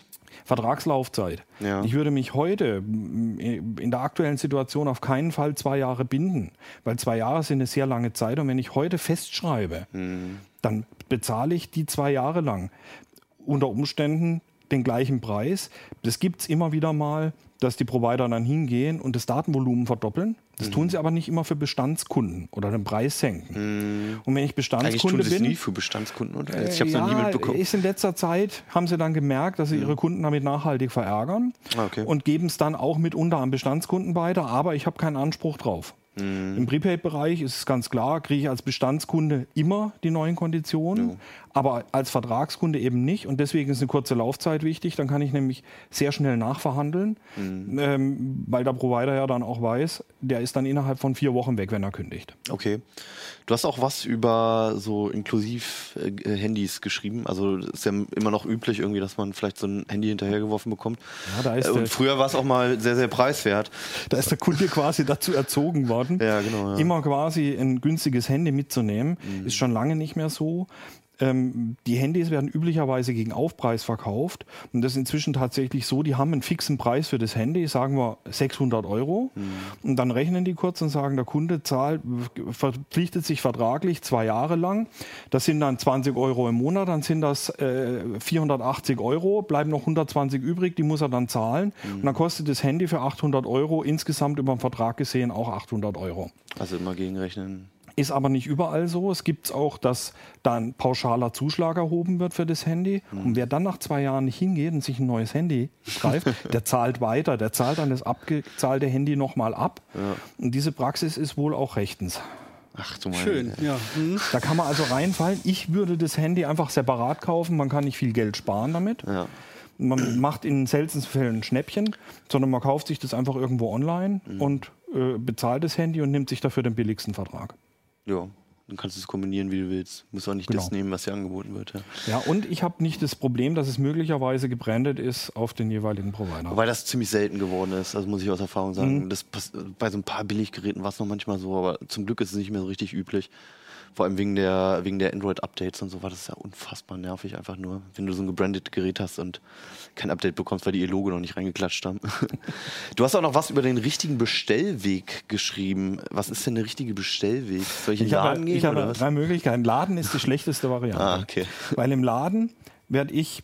Vertragslaufzeit. Ja. Ich würde mich heute in der aktuellen Situation auf keinen Fall zwei Jahre binden, weil zwei Jahre sind eine sehr lange Zeit und wenn ich heute festschreibe, mhm. dann bezahle ich die zwei Jahre lang unter Umständen den gleichen Preis. Das gibt es immer wieder mal, dass die Provider dann hingehen und das Datenvolumen verdoppeln. Das mhm. tun sie aber nicht immer für Bestandskunden oder den Preis senken. Mhm. Und wenn ich Bestandskunde Eigentlich tun sie bin... es nie für Bestandskunden, oder? Ich habe es ja, noch nie mitbekommen. Ist in letzter Zeit haben sie dann gemerkt, dass sie mhm. ihre Kunden damit nachhaltig verärgern ah, okay. und geben es dann auch mitunter an Bestandskunden weiter, aber ich habe keinen Anspruch drauf. Mhm. Im Prepaid-Bereich ist es ganz klar, kriege ich als Bestandskunde immer die neuen Konditionen, ja. aber als Vertragskunde eben nicht. Und deswegen ist eine kurze Laufzeit wichtig. Dann kann ich nämlich sehr schnell nachverhandeln, mhm. ähm, weil der Provider ja dann auch weiß, der ist dann innerhalb von vier Wochen weg, wenn er kündigt. Okay. Du hast auch was über so Inklusiv-Handys äh, geschrieben. Also ist ja immer noch üblich irgendwie, dass man vielleicht so ein Handy hinterhergeworfen bekommt. Ja, da ist äh, und früher war es auch mal sehr, sehr preiswert. Da ist der Kunde quasi dazu erzogen worden, ja, genau, ja. immer quasi ein günstiges Handy mitzunehmen. Mhm. Ist schon lange nicht mehr so. Ähm, die Handys werden üblicherweise gegen Aufpreis verkauft. Und das ist inzwischen tatsächlich so, die haben einen fixen Preis für das Handy, sagen wir sechshundert Euro. Mhm. Und dann rechnen die kurz und sagen, der Kunde zahlt, verpflichtet sich vertraglich zwei Jahre lang. Das sind dann zwanzig Euro im Monat, dann sind das äh, vierhundertachtzig Euro, bleiben noch hundertzwanzig übrig, die muss er dann zahlen. Mhm. Und dann kostet das Handy für achthundert Euro, insgesamt über den Vertrag gesehen auch achthundert Euro. Also immer gegenrechnen. Ist aber nicht überall so. Es gibt auch, dass da ein pauschaler Zuschlag erhoben wird für das Handy. Mhm. Und wer dann nach zwei Jahren nicht hingeht und sich ein neues Handy greift, der zahlt weiter. Der zahlt dann das abgezahlte Handy nochmal ab. Ja. Und diese Praxis ist wohl auch rechtens. Ach du meine. Schön, ja. Mhm. Da kann man also reinfallen. Ich würde das Handy einfach separat kaufen. Man kann nicht viel Geld sparen damit. Ja. Man macht in seltensten Fällen ein Schnäppchen, sondern man kauft sich das einfach irgendwo online mhm. und äh, bezahlt das Handy und nimmt sich dafür den billigsten Vertrag. Ja, dann kannst du es kombinieren, wie du willst. Du musst auch nicht genau. das nehmen, was dir angeboten wird. Ja, ja und ich habe nicht das Problem, dass es möglicherweise gebrandet ist auf den jeweiligen Provider. Wobei das ziemlich selten geworden ist, also muss ich aus Erfahrung sagen. Mhm. Das, bei so ein paar Billiggeräten war es noch manchmal so, aber zum Glück ist es nicht mehr so richtig üblich. Vor allem wegen der, wegen der Android-Updates und so war das ja unfassbar nervig einfach nur, wenn du so ein gebrandetes Gerät hast und kein Update bekommst, weil die ihr Logo noch nicht reingeklatscht haben. Du hast auch noch was über den richtigen Bestellweg geschrieben. Was ist denn der richtige Bestellweg? Soll ich in den Laden gehen? Ich habe drei Möglichkeiten. Laden ist die schlechteste Variante. Ah, okay. Weil im Laden werde ich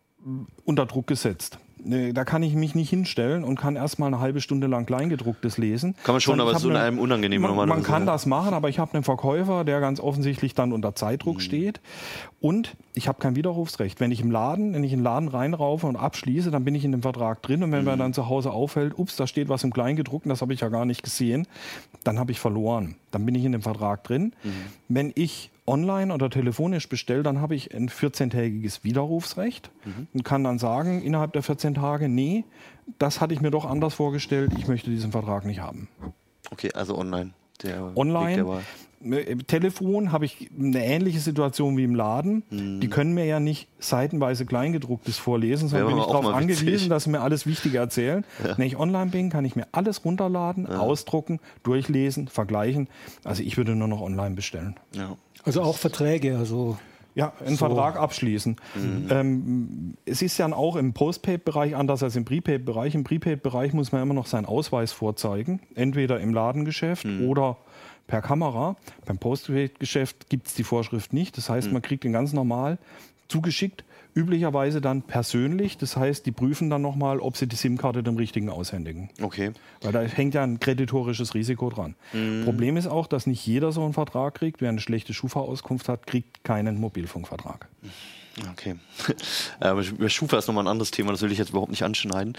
unter Druck gesetzt. Da kann ich mich nicht hinstellen und kann erstmal eine halbe Stunde lang Kleingedrucktes lesen. Kann man schon, aber es ist so in einem unangenehm. Man, man kann das machen, aber ich habe einen Verkäufer, der ganz offensichtlich dann unter Zeitdruck mhm. steht. Und ich habe kein Widerrufsrecht. Wenn ich im Laden, wenn ich in den Laden reinraufe und abschließe, dann bin ich in dem Vertrag drin. Und wenn mhm. mir dann zu Hause auffällt, ups, da steht was im Kleingedruckten, das habe ich ja gar nicht gesehen, dann habe ich verloren. Dann bin ich in dem Vertrag drin. Mhm. Wenn ich online oder telefonisch bestelle, dann habe ich ein vierzehntägiges Widerrufsrecht mhm. und kann dann sagen, innerhalb der vierzehn Tage, nee, das hatte ich mir doch anders vorgestellt, ich möchte diesen Vertrag nicht haben. Okay, also online. Der online. Im Telefon habe ich eine ähnliche Situation wie im Laden. Mhm. Die können mir ja nicht seitenweise Kleingedrucktes vorlesen, sondern bin ich darauf angewiesen, dass sie mir alles Wichtige erzählen. Ja. Wenn ich online bin, kann ich mir alles runterladen, ja. ausdrucken, durchlesen, vergleichen. Also ich würde nur noch online bestellen. Ja. Also auch Verträge, also... Ja, einen so. Vertrag abschließen. Mhm. Ähm, es ist ja auch im Postpaid-Bereich anders als im Prepaid-Bereich. Im Prepaid-Bereich muss man immer noch seinen Ausweis vorzeigen, entweder im Ladengeschäft mhm. oder per Kamera. Beim Postpaid-Geschäft gibt es die Vorschrift nicht. Das heißt, mhm. man kriegt den ganz normal zugeschickt, üblicherweise dann persönlich. Das heißt, die prüfen dann nochmal, ob sie die SIM-Karte dem Richtigen aushändigen. Okay. Weil da hängt ja ein kreditorisches Risiko dran. Mhm. Problem ist auch, dass nicht jeder so einen Vertrag kriegt. Wer eine schlechte Schufa-Auskunft hat, kriegt keinen Mobilfunkvertrag. Okay. Aber über Schufa ist nochmal ein anderes Thema, das will ich jetzt überhaupt nicht anschneiden.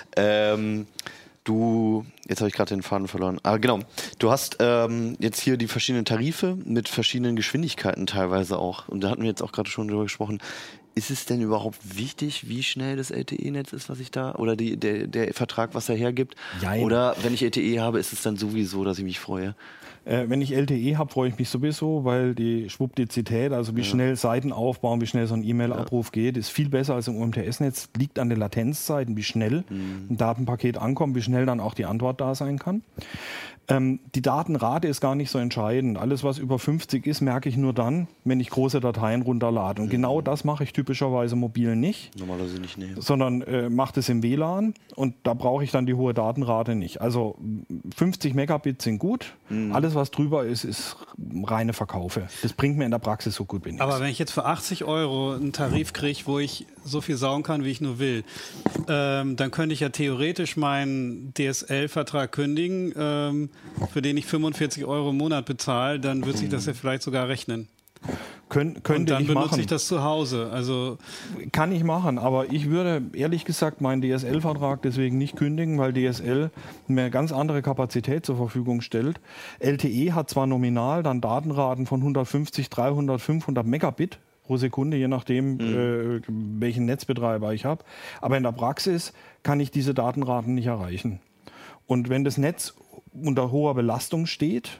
Ähm... Du, jetzt habe ich gerade den Faden verloren. Ah, genau. Du hast ähm, jetzt hier die verschiedenen Tarife mit verschiedenen Geschwindigkeiten teilweise auch. Und da hatten wir jetzt auch gerade schon drüber gesprochen. Ist es denn überhaupt wichtig, wie schnell das L T E-Netz ist, was ich da, oder die, der, der Vertrag, was er hergibt? Jein. Oder wenn ich L T E habe, ist es dann sowieso, dass ich mich freue? Äh, wenn ich L T E habe, freue ich mich sowieso, weil die Schwuppdizität, also wie ja. schnell Seiten aufbauen, wie schnell so ein E-Mail-Abruf ja. geht, ist viel besser als im U M T S-Netz. Liegt an den Latenzzeiten, wie schnell mhm. ein Datenpaket ankommt, wie schnell dann auch die Antwort da sein kann. Ähm, die Datenrate ist gar nicht so entscheidend. Alles, was über fünfzig ist, merke ich nur dann, wenn ich große Dateien runterlade. Und mhm. genau das mache ich typischerweise mobil nicht. Normalerweise nicht, nee. Sondern äh, mache das im W L A N und da brauche ich dann die hohe Datenrate nicht. Also fünfzig Megabit sind gut. Mhm. Alles, was drüber ist, ist reine Verkaufe. Das bringt mir in der Praxis so gut wie nichts. Aber wenn ich jetzt für achtzig Euro einen Tarif kriege, wo ich so viel saugen kann, wie ich nur will, ähm, dann könnte ich ja theoretisch meinen D S L-Vertrag kündigen, ähm, für den ich fünfundvierzig Euro im Monat bezahle, dann wird sich das ja vielleicht sogar rechnen. Kön könnte Und dann ich benutze machen. ich das zu Hause. Also kann ich machen, aber ich würde ehrlich gesagt meinen D S L-Vertrag deswegen nicht kündigen, weil D S L mir eine ganz andere Kapazität zur Verfügung stellt. L T E hat zwar nominal dann Datenraten von hundertfünfzig, dreihundert, fünfhundert Megabit pro Sekunde, je nachdem, mhm. äh, welchen Netzbetreiber ich habe, aber in der Praxis kann ich diese Datenraten nicht erreichen. Und wenn das Netz unter hoher Belastung steht,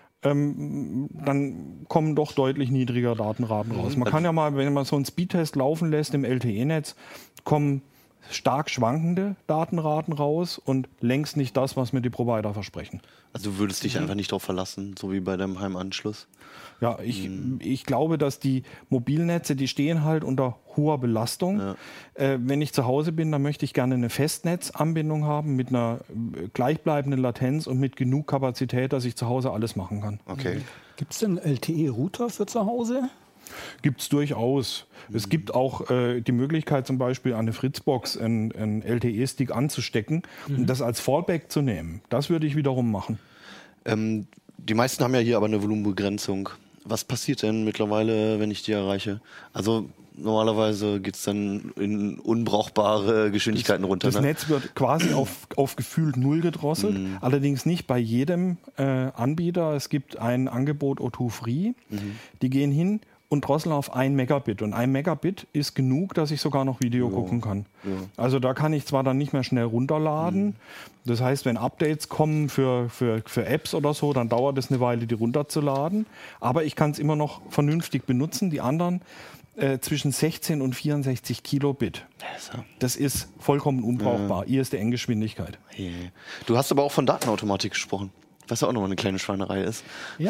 ähm, dann kommen doch deutlich niedriger Datenraten raus. Man kann ja mal, wenn man so einen Speedtest laufen lässt im L T E-Netz, kommen stark schwankende Datenraten raus und längst nicht das, was mir die Provider versprechen. Also du würdest dich mhm. einfach nicht darauf verlassen, so wie bei deinem Heimanschluss? Ja, ich, mhm. ich glaube, dass die Mobilnetze, die stehen halt unter hoher Belastung. Ja. Äh, wenn ich zu Hause bin, dann möchte ich gerne eine Festnetzanbindung haben mit einer gleichbleibenden Latenz und mit genug Kapazität, dass ich zu Hause alles machen kann. Okay. Gibt es denn L T E-Router für zu Hause? Gibt es durchaus. Mhm. Es gibt auch äh, die Möglichkeit, zum Beispiel an eine Fritzbox einen, einen L T E-Stick anzustecken mhm. und das als Fallback zu nehmen. Das würde ich wiederum machen. Ähm, die meisten haben ja hier aber eine Volumenbegrenzung. Was passiert denn mittlerweile, wenn ich die erreiche? Also normalerweise geht es dann in unbrauchbare Geschwindigkeiten das, runter. Das ne? Netz wird quasi auf, auf gefühlt null gedrosselt, mhm. allerdings nicht bei jedem äh, Anbieter. Es gibt ein Angebot O zwei Free, mhm. die gehen hin und drosseln auf ein Megabit. Und ein Megabit ist genug, dass ich sogar noch Video ja. gucken kann. Ja. Also da kann ich zwar dann nicht mehr schnell runterladen. Mhm. Das heißt, wenn Updates kommen für, für, für Apps oder so, dann dauert es eine Weile, die runterzuladen. Aber ich kann es immer noch vernünftig benutzen. Die anderen äh, zwischen sechzehn und vierundsechzig Kilobit. Das ist vollkommen unbrauchbar. Ja. I S D N-Geschwindigkeit. Yeah. Du hast aber auch von Datenautomatik gesprochen. Was ja auch nochmal eine kleine Schweinerei ist. Ja,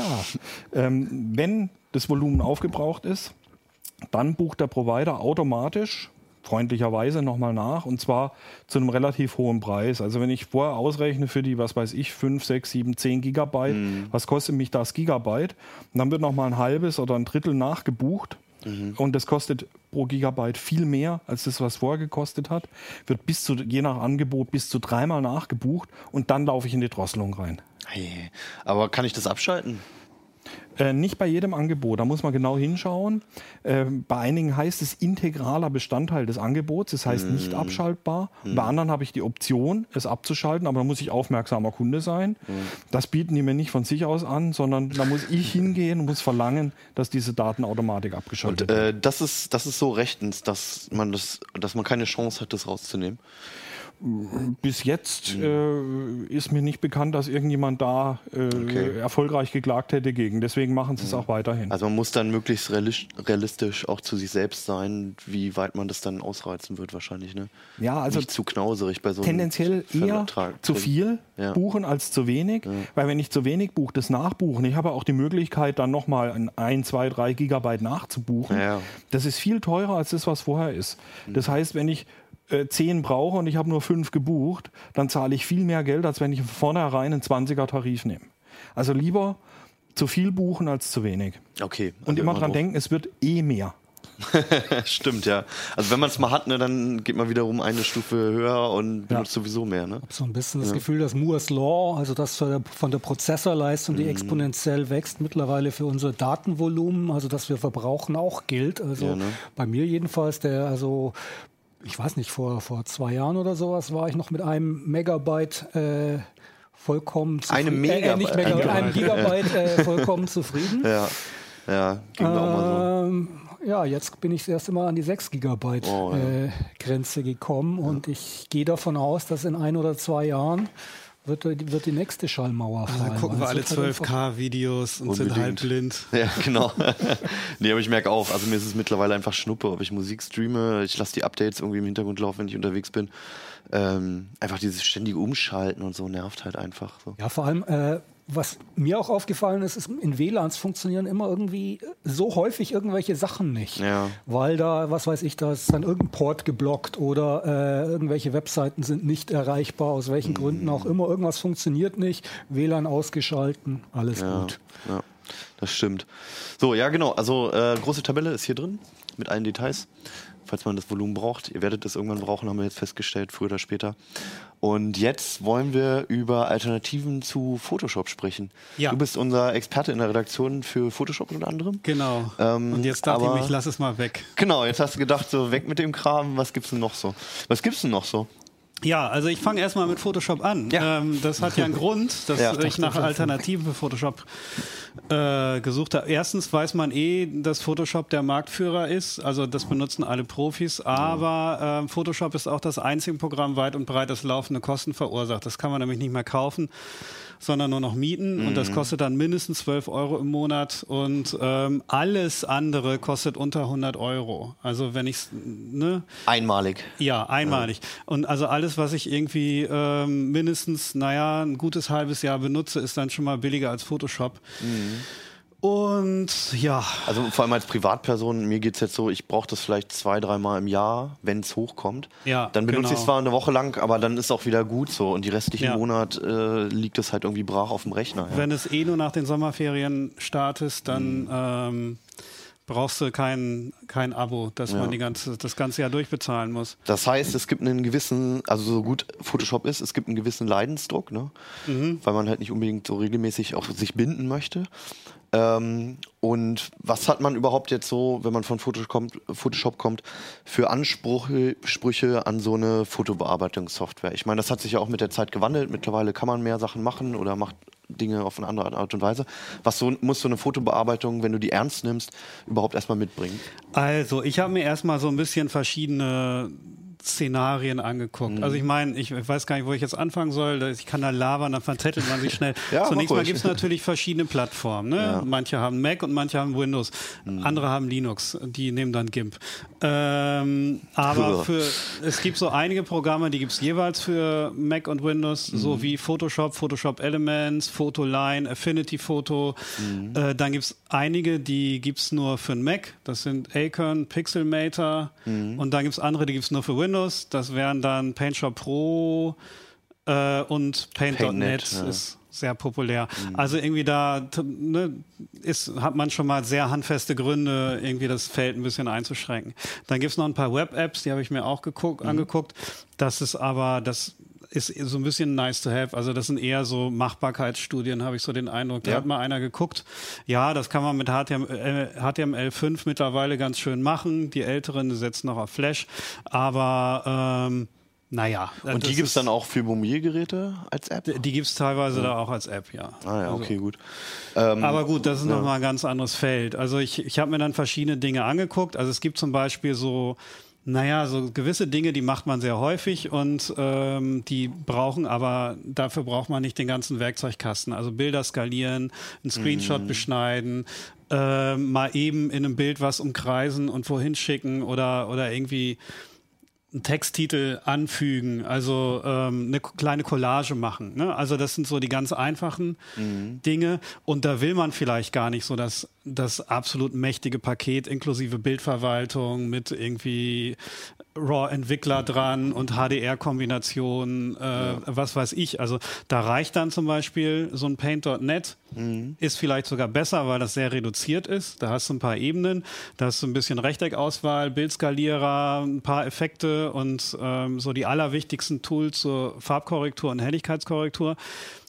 ähm, wenn das Volumen aufgebraucht ist, dann bucht der Provider automatisch, freundlicherweise nochmal nach, und zwar zu einem relativ hohen Preis. Also wenn ich vorher ausrechne für die, was weiß ich, fünf, sechs, sieben, zehn Gigabyte, mhm. was kostet mich das Gigabyte? Und dann wird nochmal ein halbes oder ein Drittel nachgebucht. Mhm. Und das kostet pro Gigabyte viel mehr als das, was vorher gekostet hat. Wird bis zu, je nach Angebot, bis zu dreimal nachgebucht und dann laufe ich in die Drosselung rein. Hey, aber kann ich das abschalten? Äh, nicht bei jedem Angebot, da muss man genau hinschauen. Äh, bei einigen heißt es integraler Bestandteil des Angebots, das heißt nicht mm. abschaltbar. Mm. Bei anderen habe ich die Option, es abzuschalten, aber da muss ich aufmerksamer Kunde sein. Mm. Das bieten die mir nicht von sich aus an, sondern da muss ich hingehen und muss verlangen, dass diese Datenautomatik abgeschaltet und, äh, wird. Das ist, das ist so rechtens, dass man, das, dass man keine Chance hat, das rauszunehmen. Bis jetzt äh, ist mir nicht bekannt, dass irgendjemand da äh, okay. erfolgreich geklagt hätte gegen. Deswegen machen sie es auch weiterhin. Also man muss dann möglichst realistisch auch zu sich selbst sein, wie weit man das dann ausreizen wird wahrscheinlich. Ne? Ja, also nicht zu knauserig bei so einem tendenziell eher zu viel ja. buchen als zu wenig. Ja. Weil wenn ich zu wenig buche, das nachbuchen. Ich habe auch die Möglichkeit, dann nochmal ein, zwei, drei Gigabyte nachzubuchen. Ja. Das ist viel teurer als das, was vorher ist. Das heißt, wenn ich zehn brauche und ich habe nur fünf gebucht, dann zahle ich viel mehr Geld, als wenn ich von vornherein einen zwanziger Tarif nehme. Also lieber zu viel buchen als zu wenig. Okay. Also und immer dran denken, es wird eh mehr. Stimmt, ja. Also wenn man es mal hat, ne, dann geht man wiederum eine Stufe höher und benutzt ja. sowieso mehr. Ne? Ich habe so ein bisschen das ja. Gefühl, dass Moore's Law, also das von der Prozessorleistung, die mhm. exponentiell wächst, mittlerweile für unser Datenvolumen, also das wir verbrauchen, auch gilt. Also ja, ne? bei mir jedenfalls, der also ich weiß nicht, vor, vor zwei Jahren oder sowas war ich noch mit einem Megabyte äh, vollkommen zufrieden. Eine Megabyte? Äh, nicht Megabyte, Gigabyte. einem Gigabyte äh, vollkommen zufrieden. Ja, ja, ging mir auch mal so. Ja, jetzt bin ich das erste Mal an die sechs Gigabyte oh, ja. äh, Grenze gekommen und ich gehe davon aus, dass in ein oder zwei Jahren wird, wird die nächste Schallmauer fallen. Dann gucken wir alle zwölf K-Videos und sind halb blind. Ja, genau. Nee, aber ich merke auch, also mir ist es mittlerweile einfach Schnuppe, ob ich Musik streame, ich lasse die Updates irgendwie im Hintergrund laufen, wenn ich unterwegs bin. Ähm, einfach dieses ständige Umschalten und so nervt halt einfach. So. Ja, vor allem, äh, was mir auch aufgefallen ist, ist, in W LANs funktionieren immer irgendwie so häufig irgendwelche Sachen nicht. Ja. Weil da, was weiß ich, da ist dann irgendein Port geblockt oder äh, irgendwelche Webseiten sind nicht erreichbar, aus welchen mhm. Gründen auch immer. Irgendwas funktioniert nicht, W LAN ausgeschalten, alles ja, gut. Ja, das stimmt. So, ja genau, also äh, große Tabelle ist hier drin mit allen Details. Falls man das Volumen braucht. Ihr werdet das irgendwann brauchen, haben wir jetzt festgestellt, früher oder später. Und jetzt wollen wir über Alternativen zu Photoshop sprechen. Ja. Du bist unser Experte in der Redaktion für Photoshop unter anderem. Genau. Ähm, Und jetzt dachte aber, ich mir, ich lass es mal weg. Genau, jetzt hast du gedacht, so weg mit dem Kram, was gibt's denn noch so? Was gibt's denn noch so? Ja, also ich fange erstmal mit Photoshop an. Ja. Ähm, das hat ja einen Grund, dass Ja, ich nach Alternativen für Photoshop äh, gesucht habe. Erstens weiß man eh, dass Photoshop der Marktführer ist. Also das benutzen alle Profis. Aber äh, Photoshop ist auch das einzige Programm weit und breit, das laufende Kosten verursacht. Das kann man nämlich nicht mehr kaufen, sondern nur noch mieten. Mhm. Und das kostet dann mindestens zwölf Euro im Monat. Und ähm, alles andere kostet unter hundert Euro. Also wenn ich ne? Einmalig. Ja, einmalig. Ja. Und also alles, was ich irgendwie ähm, mindestens, naja, ein gutes halbes Jahr benutze, ist dann schon mal billiger als Photoshop. Mhm. Und ja. Also vor allem als Privatperson, mir geht es jetzt so, ich brauche das vielleicht zwei, dreimal im Jahr, wenn es hochkommt. Ja, dann benutze genau. ich es zwar eine Woche lang, aber dann ist auch wieder gut so. Und die restlichen ja. Monat äh, liegt es halt irgendwie brach auf dem Rechner. Ja. Wenn es eh nur nach den Sommerferien startest, dann mhm. ähm, brauchst du kein, kein Abo, dass ja. man die ganze, das ganze Jahr durchbezahlen muss. Das heißt, es gibt einen gewissen, also so gut Photoshop ist, es gibt einen gewissen Leidensdruck, ne? Mhm. Weil man halt nicht unbedingt so regelmäßig auch sich binden möchte. Ähm, und was hat man überhaupt jetzt so, wenn man von Photoshop kommt, Photoshop kommt, für Ansprüche Sprüche an so eine Fotobearbeitungssoftware? Ich meine, das hat sich ja auch mit der Zeit gewandelt. Mittlerweile kann man mehr Sachen machen oder macht Dinge auf eine andere Art und Weise. Was so, muss so eine Fotobearbeitung, wenn du die ernst nimmst, überhaupt erstmal mitbringen? Also, ich habe mir erstmal so ein bisschen verschiedene Szenarien angeguckt. Mhm. Also ich meine, ich weiß gar nicht, wo ich jetzt anfangen soll. Ich kann da labern, dann verzettelt man sich schnell. Ja, Zunächst mal gibt es natürlich verschiedene Plattformen. Ne? Ja. Manche haben Mac und manche haben Windows. Mhm. Andere haben Linux. Die nehmen dann GIMP. Ähm, aber für, es gibt so einige Programme, die gibt es jeweils für Mac und Windows, mhm. so wie Photoshop, Photoshop Elements, Photoline, Affinity Photo. Mhm. Äh, dann gibt es einige, die gibt es nur für den Mac. Das sind Acorn, Pixelmator. Mhm. Und dann gibt es andere, die gibt es nur für Windows. Das wären dann PaintShop Pro äh, und Paint Punkt net Paint ja. ist sehr populär. Mhm. Also irgendwie da ne, ist, hat man schon mal sehr handfeste Gründe, irgendwie das Feld ein bisschen einzuschränken. Dann gibt es noch ein paar Web-Apps, die habe ich mir auch geguckt, mhm. angeguckt. Das ist aber, das ist so ein bisschen nice to have. Also das sind eher so Machbarkeitsstudien, habe ich so den Eindruck. Da ja. hat mal einer geguckt. Ja, das kann man mit H T M L fünf mittlerweile ganz schön machen. Die Älteren setzen noch auf Flash. Aber ähm, naja. Und die gibt es dann auch für Mobilgeräte als App? Die gibt es teilweise ja. da auch als App, ja. Ah ja, okay, also. gut. Ähm, Aber gut, das ist ja. nochmal ein ganz anderes Feld. Also ich, ich habe mir dann verschiedene Dinge angeguckt. Also es gibt zum Beispiel so Naja, so gewisse Dinge, die macht man sehr häufig und ähm, die brauchen aber, dafür braucht man nicht den ganzen Werkzeugkasten. Also Bilder skalieren, einen Screenshot mhm. beschneiden, äh, mal eben in einem Bild was umkreisen und wohin schicken oder, oder irgendwie einen Texttitel anfügen, also ähm, eine kleine Collage machen. Ne? Also das sind so die ganz einfachen mhm. Dinge und da will man vielleicht gar nicht so das, das absolut mächtige Paket inklusive Bildverwaltung mit irgendwie RAW-Entwickler dran und H D R-Kombinationen, äh, ja. was weiß ich. Also da reicht dann zum Beispiel so ein Paint Punkt net, mhm. ist vielleicht sogar besser, weil das sehr reduziert ist. Da hast du ein paar Ebenen, da hast du ein bisschen Rechteckauswahl, Bildskalierer, ein paar Effekte und ähm, so die allerwichtigsten Tools zur Farbkorrektur und Helligkeitskorrektur.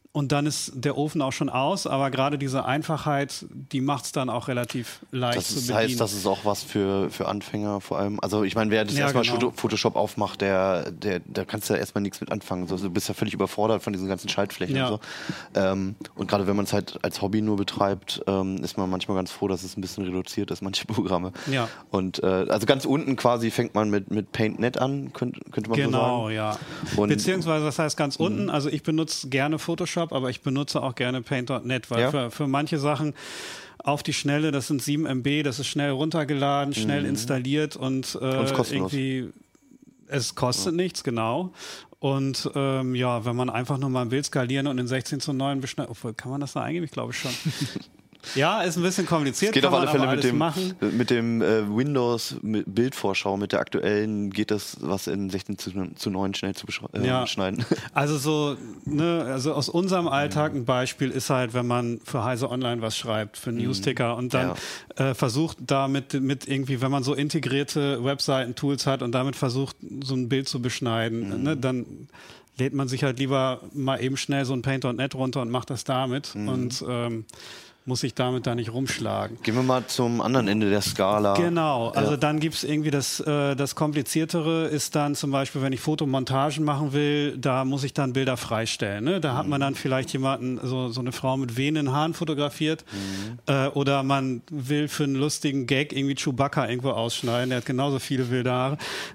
Und dann ist der Ofen auch schon aus, aber gerade diese Einfachheit, die macht es dann auch relativ leicht das zu ist, bedienen. heißt, das ist auch was für, für Anfänger vor allem. Also ich meine, wer das Ja, erstmal genau. Photoshop aufmacht, der, der, da kannst du ja erstmal nichts mit anfangen. Also, du bist ja völlig überfordert von diesen ganzen Schaltflächen Ja. und so. Ähm, und gerade wenn man es halt als Hobby nur betreibt, ähm, ist man manchmal ganz froh, dass es ein bisschen reduziert ist, manche Programme. Ja. Und äh, also ganz unten quasi fängt man mit, mit Paint Punkt net an, könnte, könnte man Genau, so sagen. ja. Und Beziehungsweise, das heißt ganz unten, also ich benutze gerne Photoshop, aber ich benutze auch gerne Paint Punkt net, weil Ja. für, für manche Sachen auf die Schnelle, das sind sieben Megabyte, das ist schnell runtergeladen, schnell installiert und, äh, Und ist kostenlos. irgendwie, es kostet nichts, genau. Und ähm, ja, wenn man einfach nur mal ein Bild skalieren und in sechzehn zu neun beschneiden, obwohl, kann man das da eingeben? Ich glaube schon. Ja, ist ein bisschen kompliziert, geht kann auf alle man Fälle aber mit alles dem, machen. mit dem äh, Windows mit Bildvorschau, mit der aktuellen, geht das, was in sechzehn zu neun schnell zu äh, Ja. schneiden. Also so, ne, also aus unserem Alltag ein Beispiel ist halt, wenn man für Heise Online was schreibt, für einen Newsticker und dann äh, versucht damit mit irgendwie, wenn man so integrierte Webseiten-Tools hat und damit versucht, so ein Bild zu beschneiden, Mhm. ne, dann lädt man sich halt lieber mal eben schnell so ein Paint Punkt net runter und macht das damit Mhm. und ähm, muss sich damit da nicht rumschlagen. Gehen wir mal zum anderen Ende der Skala. Genau, also Ja. dann gibt es irgendwie das, äh, das Kompliziertere ist dann zum Beispiel, wenn ich Fotomontagen machen will, da muss ich dann Bilder freistellen. Ne? Da hat man dann vielleicht jemanden, so, so eine Frau mit wehenden Haaren fotografiert äh, oder man will für einen lustigen Gag irgendwie Chewbacca irgendwo ausschneiden, der hat genauso viele wilde Haare.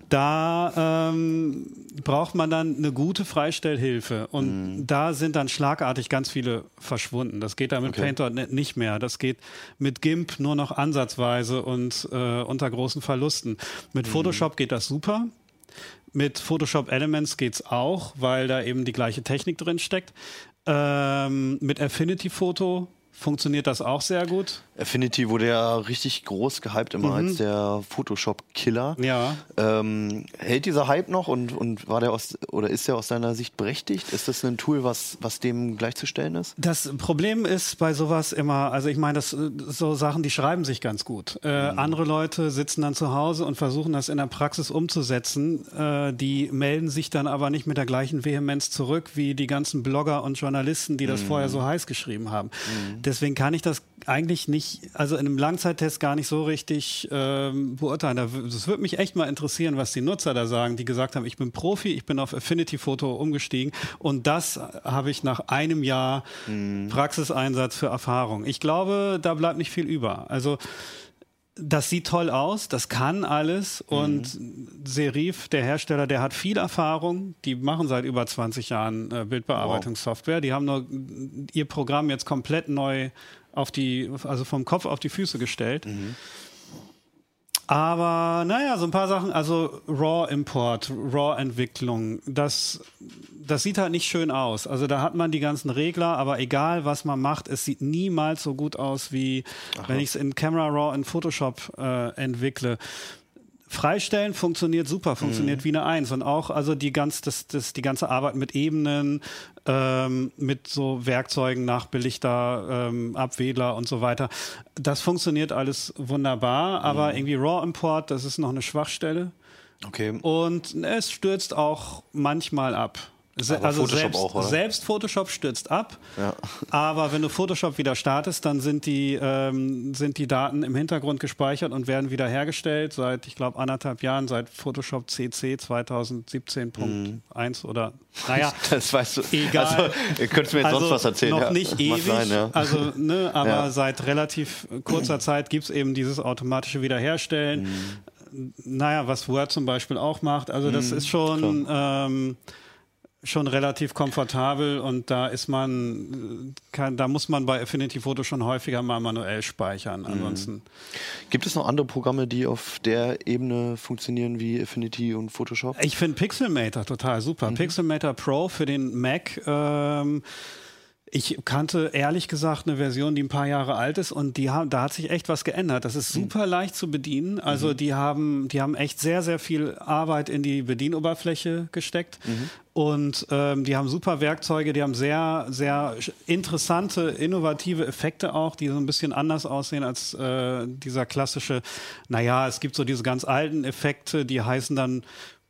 Da ähm, braucht man dann eine gute Freistellhilfe und da sind dann schlagartig ganz viele verschwunden. Das geht dann mit Okay. Paint Punkt net nicht mehr. Das geht mit GIMP nur noch ansatzweise und äh, unter großen Verlusten. Mit Photoshop geht das super. Mit Photoshop Elements geht's auch, weil da eben die gleiche Technik drin steckt. Ähm, mit Affinity Photo funktioniert das auch sehr gut. Affinity wurde ja richtig groß gehypt immer als der Photoshop-Killer. Ja. Ähm, hält dieser Hype noch und, und war der aus oder ist der aus deiner Sicht berechtigt? Ist das ein Tool, was, was dem gleichzustellen ist? Das Problem ist bei sowas immer, also ich meine, das so Sachen, die schreiben sich ganz gut. Äh, Mhm. Andere Leute sitzen dann zu Hause und versuchen das in der Praxis umzusetzen. Äh, die melden sich dann aber nicht mit der gleichen Vehemenz zurück wie die ganzen Blogger und Journalisten, die das Mhm. vorher so heiß geschrieben haben. Deswegen kann ich das eigentlich nicht, also in einem Langzeittest gar nicht so richtig ähm, beurteilen. Das würde mich echt mal interessieren, was die Nutzer da sagen, die gesagt haben, ich bin Profi, ich bin auf Affinity Photo umgestiegen und das habe ich nach einem Jahr Praxiseinsatz für Erfahrung. Ich glaube, da bleibt nicht viel über. Also das sieht toll aus, das kann alles und Serif, der Hersteller, der hat viel Erfahrung, die machen seit über zwanzig Jahren äh, Bildbearbeitungssoftware, die haben nur ihr Programm jetzt komplett neu auf die, also vom Kopf auf die Füße gestellt. Aber naja, so ein paar Sachen, also RAW-Import, RAW-Entwicklung, das, das sieht halt nicht schön aus. Also da hat man die ganzen Regler, aber egal was man macht, es sieht niemals so gut aus, wie wenn ich es in Camera Raw in Photoshop äh, entwickle. Freistellen funktioniert super, funktioniert wie eine Eins. Und auch also die, ganz, das, das, die ganze Arbeit mit Ebenen, ähm, mit so Werkzeugen, Nachbelichter, ähm, Abwedler und so weiter, das funktioniert alles wunderbar. Aber irgendwie RAW-Import, das ist noch eine Schwachstelle. Okay. Und es stürzt auch manchmal ab. Se Aber also Photoshop selbst, auch, oder? selbst Photoshop stürzt ab, Ja. aber wenn du Photoshop wieder startest, dann sind die, ähm, sind die Daten im Hintergrund gespeichert und werden wieder hergestellt seit, ich glaube, anderthalb Jahren, seit Photoshop C C zwanzig siebzehn Punkt eins oder, naja, Das weißt du. egal. Also, ihr könnt mir jetzt also sonst was erzählen. noch ja. nicht Mag ewig, sein, ja. also, ne, aber Ja. seit relativ kurzer Zeit gibt es eben dieses automatische Wiederherstellen. Naja, was Word zum Beispiel auch macht. Also das ist schon, ähm, schon relativ komfortabel und da ist man, kann, da muss man bei Affinity Photo schon häufiger mal manuell speichern. Ansonsten. Gibt es noch andere Programme, die auf der Ebene funktionieren wie Affinity und Photoshop? Ich finde Pixelmator total super. Pixelmator Pro für den Mac. Ähm, Ich kannte ehrlich gesagt eine Version, die ein paar Jahre alt ist und die haben, da hat sich echt was geändert. Das ist super leicht zu bedienen. Also die haben, die haben echt sehr, sehr viel Arbeit in die Bedienoberfläche gesteckt und ähm, die haben super Werkzeuge, die haben sehr, sehr interessante, innovative Effekte auch, die so ein bisschen anders aussehen als äh, dieser klassische, naja, es gibt so diese ganz alten Effekte, die heißen dann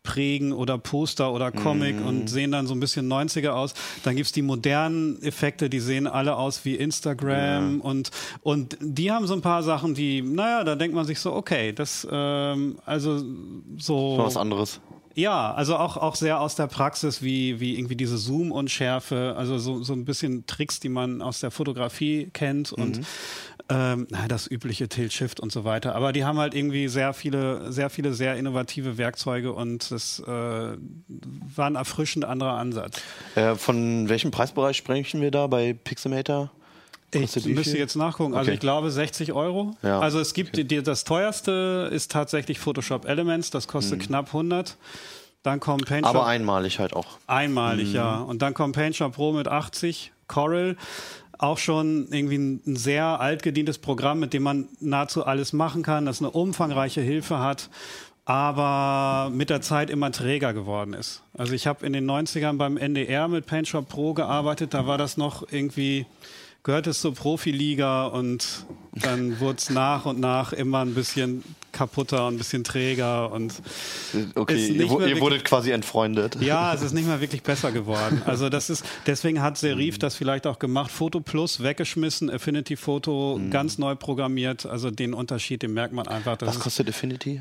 prägen oder Poster oder Comic mm. und sehen dann so ein bisschen neunziger aus. Dann gibt's die modernen Effekte, die sehen alle aus wie Instagram ja. und und die haben so ein paar Sachen, die, naja, da denkt man sich so, okay, das ähm, also so was anderes. Ja, also auch, auch sehr aus der Praxis, wie, wie irgendwie diese Zoom-Unschärfe, also so, so ein bisschen Tricks, die man aus der Fotografie kennt und mhm. ähm, na, das übliche Tilt-Shift und so weiter. Aber die haben halt irgendwie sehr viele, sehr viele sehr innovative Werkzeuge und das äh, war ein erfrischend anderer Ansatz. Äh, von welchem Preisbereich sprechen wir da bei Pixelmator? Ich müsste jetzt nachgucken. Also okay. ich glaube sechzig Euro. Ja. Also es gibt die, das teuerste ist tatsächlich Photoshop Elements. Das kostet hm. knapp hundert. Dann kommt PaintShop. Aber einmalig halt auch. Einmalig, hm. ja. Und dann kommt PaintShop Pro mit achtzig. Corel, auch schon irgendwie ein, ein sehr altgedientes Programm, mit dem man nahezu alles machen kann, das eine umfangreiche Hilfe hat, aber mit der Zeit immer träger geworden ist. Also ich habe in den neunzigern beim N D R mit PaintShop Pro gearbeitet. Da war das noch irgendwie... gehört es zur Profiliga und dann wurde es nach und nach immer ein bisschen kaputter und ein bisschen träger und okay, ihr, ihr wurdet quasi entfreundet. Ja, es ist nicht mehr wirklich besser geworden. Also das ist, deswegen hat Serif das vielleicht auch gemacht. Photo Plus weggeschmissen, Affinity Photo mhm. ganz neu programmiert. Also den Unterschied, den merkt man einfach. Was kostet Affinity?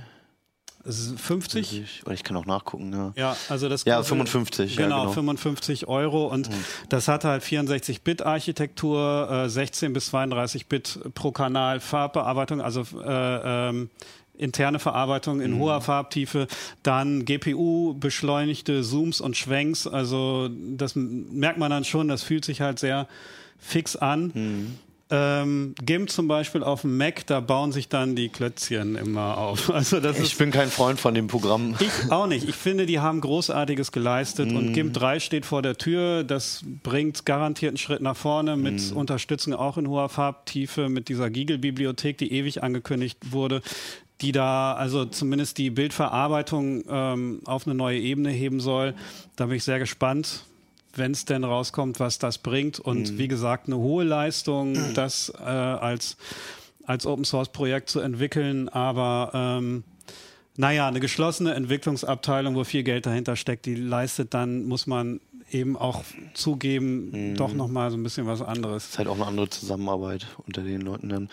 fünfzig? Oder ich kann auch nachgucken, ja. Ja, also das ja, fünfundfünfzig. Genau, ja, genau, fünfundfünfzig Euro und mhm. das hat halt vierundsechzig Bit Architektur, äh, sechzehn bis zweiunddreißig Bit pro Kanal Farbbearbeitung, also äh, ähm, interne Verarbeitung in mhm. hoher Farbtiefe, dann G P U beschleunigte Zooms und Schwenks, also das merkt man dann schon, das fühlt sich halt sehr fix an. Mhm. Ähm, GIMP zum Beispiel auf dem Mac, da bauen sich dann die Klötzchen immer auf. Also das ich ist, bin kein Freund von dem Programm. Ich auch nicht. Ich finde, die haben Großartiges geleistet mm. und GIMP drei steht vor der Tür. Das bringt garantiert einen Schritt nach vorne mit mm. Unterstützung auch in hoher Farbtiefe, mit dieser Giggle-Bibliothek, die ewig angekündigt wurde, die da also zumindest die Bildverarbeitung ähm, auf eine neue Ebene heben soll. Da bin ich sehr gespannt, wenn es denn rauskommt, was das bringt. Und mhm. wie gesagt, eine hohe Leistung, das äh, als, als Open-Source-Projekt zu entwickeln. Aber ähm, naja, eine geschlossene Entwicklungsabteilung, wo viel Geld dahinter steckt, die leistet dann, muss man eben auch zugeben, mhm. doch nochmal so ein bisschen was anderes. Das ist halt auch eine andere Zusammenarbeit unter den Leuten dann.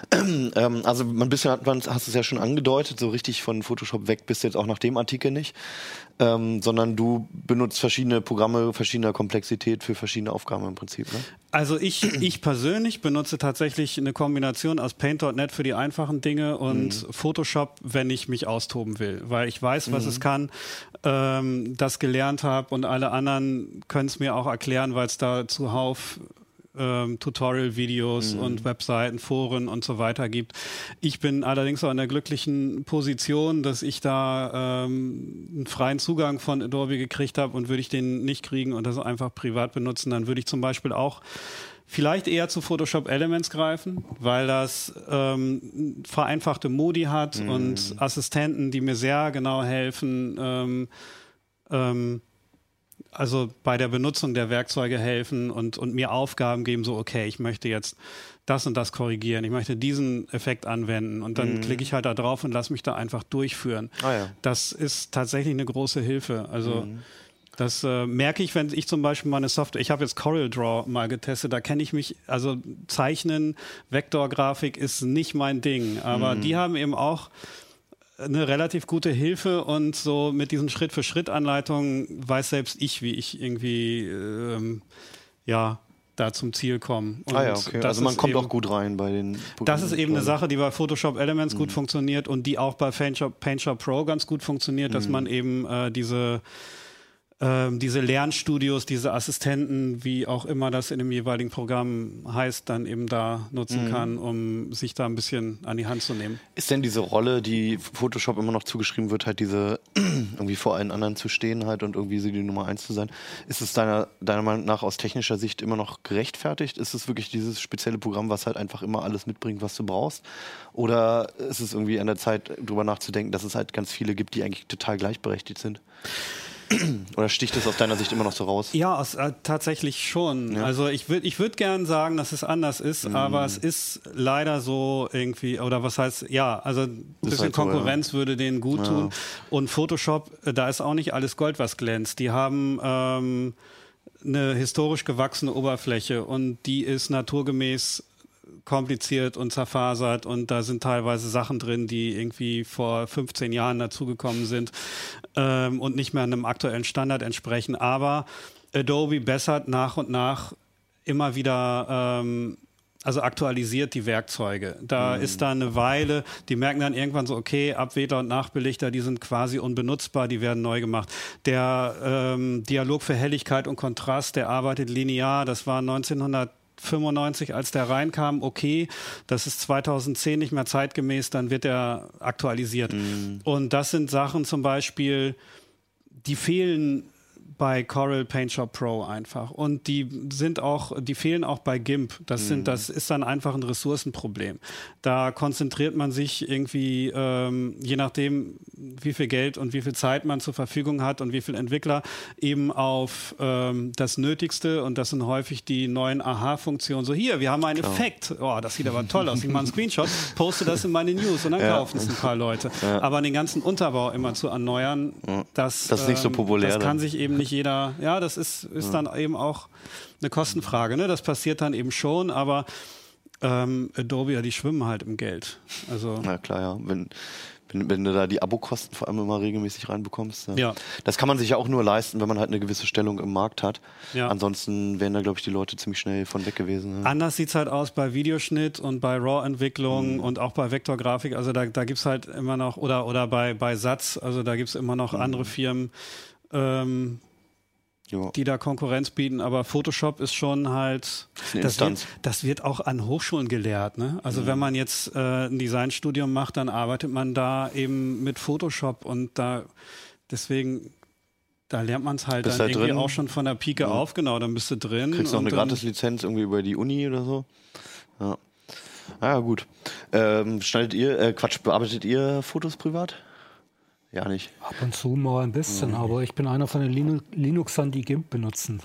ähm, also ein bisschen hat man, hast du es ja schon angedeutet, so richtig von Photoshop weg bist du jetzt auch nach dem Artikel nicht. Ähm, sondern du benutzt verschiedene Programme verschiedener Komplexität für verschiedene Aufgaben im Prinzip, ne? Also ich, ich persönlich benutze tatsächlich eine Kombination aus Paint Punkt net für die einfachen Dinge und mhm. Photoshop, wenn ich mich austoben will, weil ich weiß, was mhm. es kann, ähm, das gelernt habe und alle anderen können es mir auch erklären, weil es da zuhauf Ähm, Tutorial-Videos mhm. und Webseiten, Foren und so weiter gibt. Ich bin allerdings auch in der glücklichen Position, dass ich da ähm, einen freien Zugang von Adobe gekriegt habe und würde ich den nicht kriegen und das einfach privat benutzen, dann würde ich zum Beispiel auch vielleicht eher zu Photoshop Elements greifen, weil das ähm, vereinfachte Modi hat mhm. und Assistenten, die mir sehr genau helfen, ähm, ähm, also bei der Benutzung der Werkzeuge helfen und, und mir Aufgaben geben, so okay, ich möchte jetzt das und das korrigieren, ich möchte diesen Effekt anwenden und dann mhm. klicke ich halt da drauf und lasse mich da einfach durchführen. Ah, ja. Das ist tatsächlich eine große Hilfe. Also mhm. das äh, merke ich, wenn ich zum Beispiel meine Software, ich habe jetzt CorelDRAW mal getestet, da kenne ich mich, also Zeichnen, Vektorgrafik ist nicht mein Ding, aber mhm. die haben eben auch eine relativ gute Hilfe und so mit diesen Schritt-für-Schritt-Anleitungen weiß selbst ich, wie ich irgendwie ähm, ja da zum Ziel komme. Ah ja, okay. Also man kommt eben auch gut rein bei den Programmen. Das ist eben eine Sache, die bei Photoshop Elements mhm. gut funktioniert und die auch bei PaintShop, PaintShop Pro ganz gut funktioniert, dass mhm. man eben äh, diese Ähm, diese Lernstudios, diese Assistenten, wie auch immer das in dem jeweiligen Programm heißt, dann eben da nutzen mhm. kann, um sich da ein bisschen an die Hand zu nehmen. Ist denn diese Rolle, die Photoshop immer noch zugeschrieben wird, halt diese irgendwie vor allen anderen zu stehen halt und irgendwie so die Nummer eins zu sein, ist es deiner, deiner Meinung nach aus technischer Sicht immer noch gerechtfertigt? Ist es wirklich dieses spezielle Programm, was halt einfach immer alles mitbringt, was du brauchst? Oder ist es irgendwie an der Zeit, drüber nachzudenken, dass es halt ganz viele gibt, die eigentlich total gleichberechtigt sind? Oder sticht es aus deiner Sicht immer noch so raus? Ja, aus, äh, tatsächlich schon. Ja. Also ich würde ich würd gern sagen, dass es anders ist, mhm. aber es ist leider so irgendwie, oder was heißt, ja, also ein bisschen halt Konkurrenz so, ja. würde denen gut tun. Ja. Und Photoshop, da ist auch nicht alles Gold, was glänzt. Die haben ähm, eine historisch gewachsene Oberfläche und die ist naturgemäß kompliziert und zerfasert und da sind teilweise Sachen drin, die irgendwie vor fünfzehn Jahren dazugekommen sind ähm, und nicht mehr einem aktuellen Standard entsprechen. Aber Adobe bessert nach und nach immer wieder, ähm, also aktualisiert die Werkzeuge. Da mhm. ist da eine Weile, die merken dann irgendwann so, okay, Abwedler und Nachbelichter, die sind quasi unbenutzbar, die werden neu gemacht. Der ähm, Dialog für Helligkeit und Kontrast, der arbeitet linear, das war neunzehnhundertfünfundneunzig, als der reinkam, okay, das ist zweitausendzehn nicht mehr zeitgemäß, dann wird er aktualisiert. Mhm. Und das sind Sachen zum Beispiel, die fehlen bei Corel Paint Shop Pro einfach. Und die sind auch, die fehlen auch bei GIMP. Das sind, das ist dann einfach ein Ressourcenproblem. Da konzentriert man sich irgendwie, ähm, je nachdem, wie viel Geld und wie viel Zeit man zur Verfügung hat und wie viel Entwickler, eben auf ähm, das Nötigste. Und das sind häufig die neuen Aha-Funktionen. So, hier, wir haben einen Klar. Effekt. Oh, das sieht aber toll aus. Ich mache einen Screenshot, poste das in meine News und dann ja. kaufen es ein paar Leute. Ja. Aber den ganzen Unterbau immer zu erneuern, ja. das, das ist nicht so populär. Das kann dann. sich eben nicht jeder, ja, das ist, ist ja. dann eben auch eine Kostenfrage, ne? Das passiert dann eben schon, aber ähm, Adobe, ja, die schwimmen halt im Geld. Also na klar, ja. Wenn, wenn, wenn du da die Abokosten vor allem immer regelmäßig reinbekommst. Ja. ja. Das kann man sich ja auch nur leisten, wenn man halt eine gewisse Stellung im Markt hat. Ja. Ansonsten wären da, glaube ich, die Leute ziemlich schnell von weg gewesen. Ne? Anders sieht es halt aus bei Videoschnitt und bei RAW-Entwicklung mhm. und auch bei Vektorgrafik. Also da, da gibt es halt immer noch, oder, oder bei, bei Satz, also da gibt es immer noch mhm. andere Firmen, ähm, Jo. die da Konkurrenz bieten, aber Photoshop ist schon halt, das wird, das wird auch an Hochschulen gelehrt, ne? Also mhm. wenn man jetzt äh, ein Designstudium macht, dann arbeitet man da eben mit Photoshop und da, deswegen, da lernt man es halt bist dann halt irgendwie drin. auch schon von der Pike ja. auf, genau, dann bist du drin. Kriegst du noch eine Gratis-Lizenz irgendwie über die Uni oder so. Ja, ja gut. Ähm, schneidet ihr, äh, Quatsch, bearbeitet ihr Fotos privat? Ja, nicht. Ab und zu mal ein bisschen, mhm. aber ich bin einer von den Linu Linuxern, die GIMP benutzen.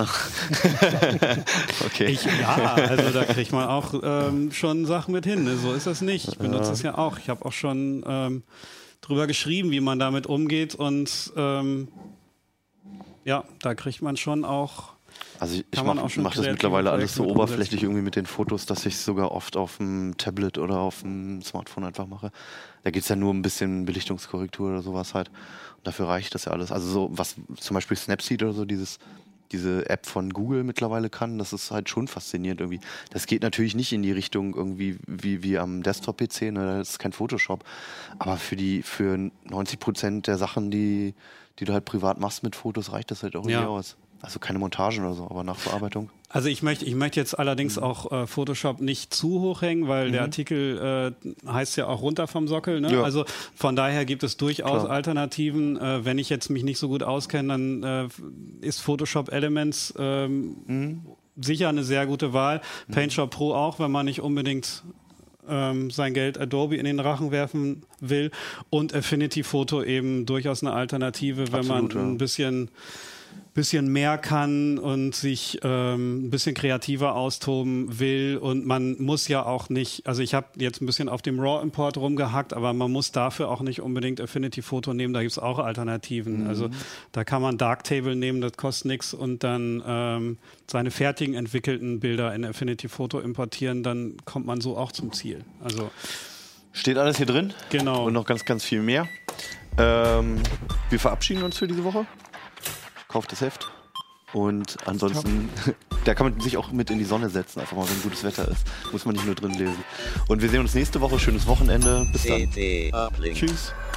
okay. Ich, ja, also da kriegt man auch ähm, schon Sachen mit hin. Ne? So ist das nicht. Ich benutze es ja. ja auch. Ich habe auch schon ähm, drüber geschrieben, wie man damit umgeht und ähm, ja, da kriegt man schon auch. Also ich, ich mache mach das mittlerweile alles so oberflächlich irgendwie mit den Fotos, dass ich es sogar oft auf dem Tablet oder auf dem Smartphone einfach mache. Da geht es ja nur um ein bisschen Belichtungskorrektur oder sowas halt. Und dafür reicht das ja alles. Also so, was zum Beispiel Snapseed oder so, dieses, diese App von Google mittlerweile kann, das ist halt schon faszinierend irgendwie. Das geht natürlich nicht in die Richtung irgendwie wie, wie am Desktop-P C, ne? Das ist kein Photoshop. Aber für die, für neunzig Prozent der Sachen, die, die du halt privat machst mit Fotos, reicht das halt auch irgendwie ja. aus. Also keine Montagen oder so, aber Nachbearbeitung. Also ich möchte ich möchte jetzt allerdings mhm. auch äh, Photoshop nicht zu hoch hängen, weil mhm. der Artikel äh, heißt ja auch runter vom Sockel. Ne? Ja. Also von daher gibt es durchaus Klar. Alternativen. Äh, wenn ich jetzt mich nicht so gut auskenne, dann äh, ist Photoshop Elements ähm, mhm. sicher eine sehr gute Wahl. Mhm. Paint Shop Pro auch, wenn man nicht unbedingt ähm, sein Geld Adobe in den Rachen werfen will. Und Affinity Photo eben durchaus eine Alternative, wenn Absolut, man ein ja. bisschen... bisschen mehr kann und sich ähm, ein bisschen kreativer austoben will und man muss ja auch nicht, also ich habe jetzt ein bisschen auf dem RAW-Import rumgehackt, aber man muss dafür auch nicht unbedingt Affinity Photo nehmen, da gibt es auch Alternativen. Mhm. Also da kann man Darktable nehmen, das kostet nichts und dann ähm, seine fertigen entwickelten Bilder in Affinity Photo importieren, dann kommt man so auch zum Ziel. Also steht alles hier drin. Genau. Und noch ganz, ganz viel mehr. Ähm, wir verabschieden uns für diese Woche. Kauft das Heft. Und ansonsten, da kann man sich auch mit in die Sonne setzen, einfach mal, wenn gutes Wetter ist. Muss man nicht nur drin lesen. Und wir sehen uns nächste Woche. Schönes Wochenende. Bis dann. Tschüss.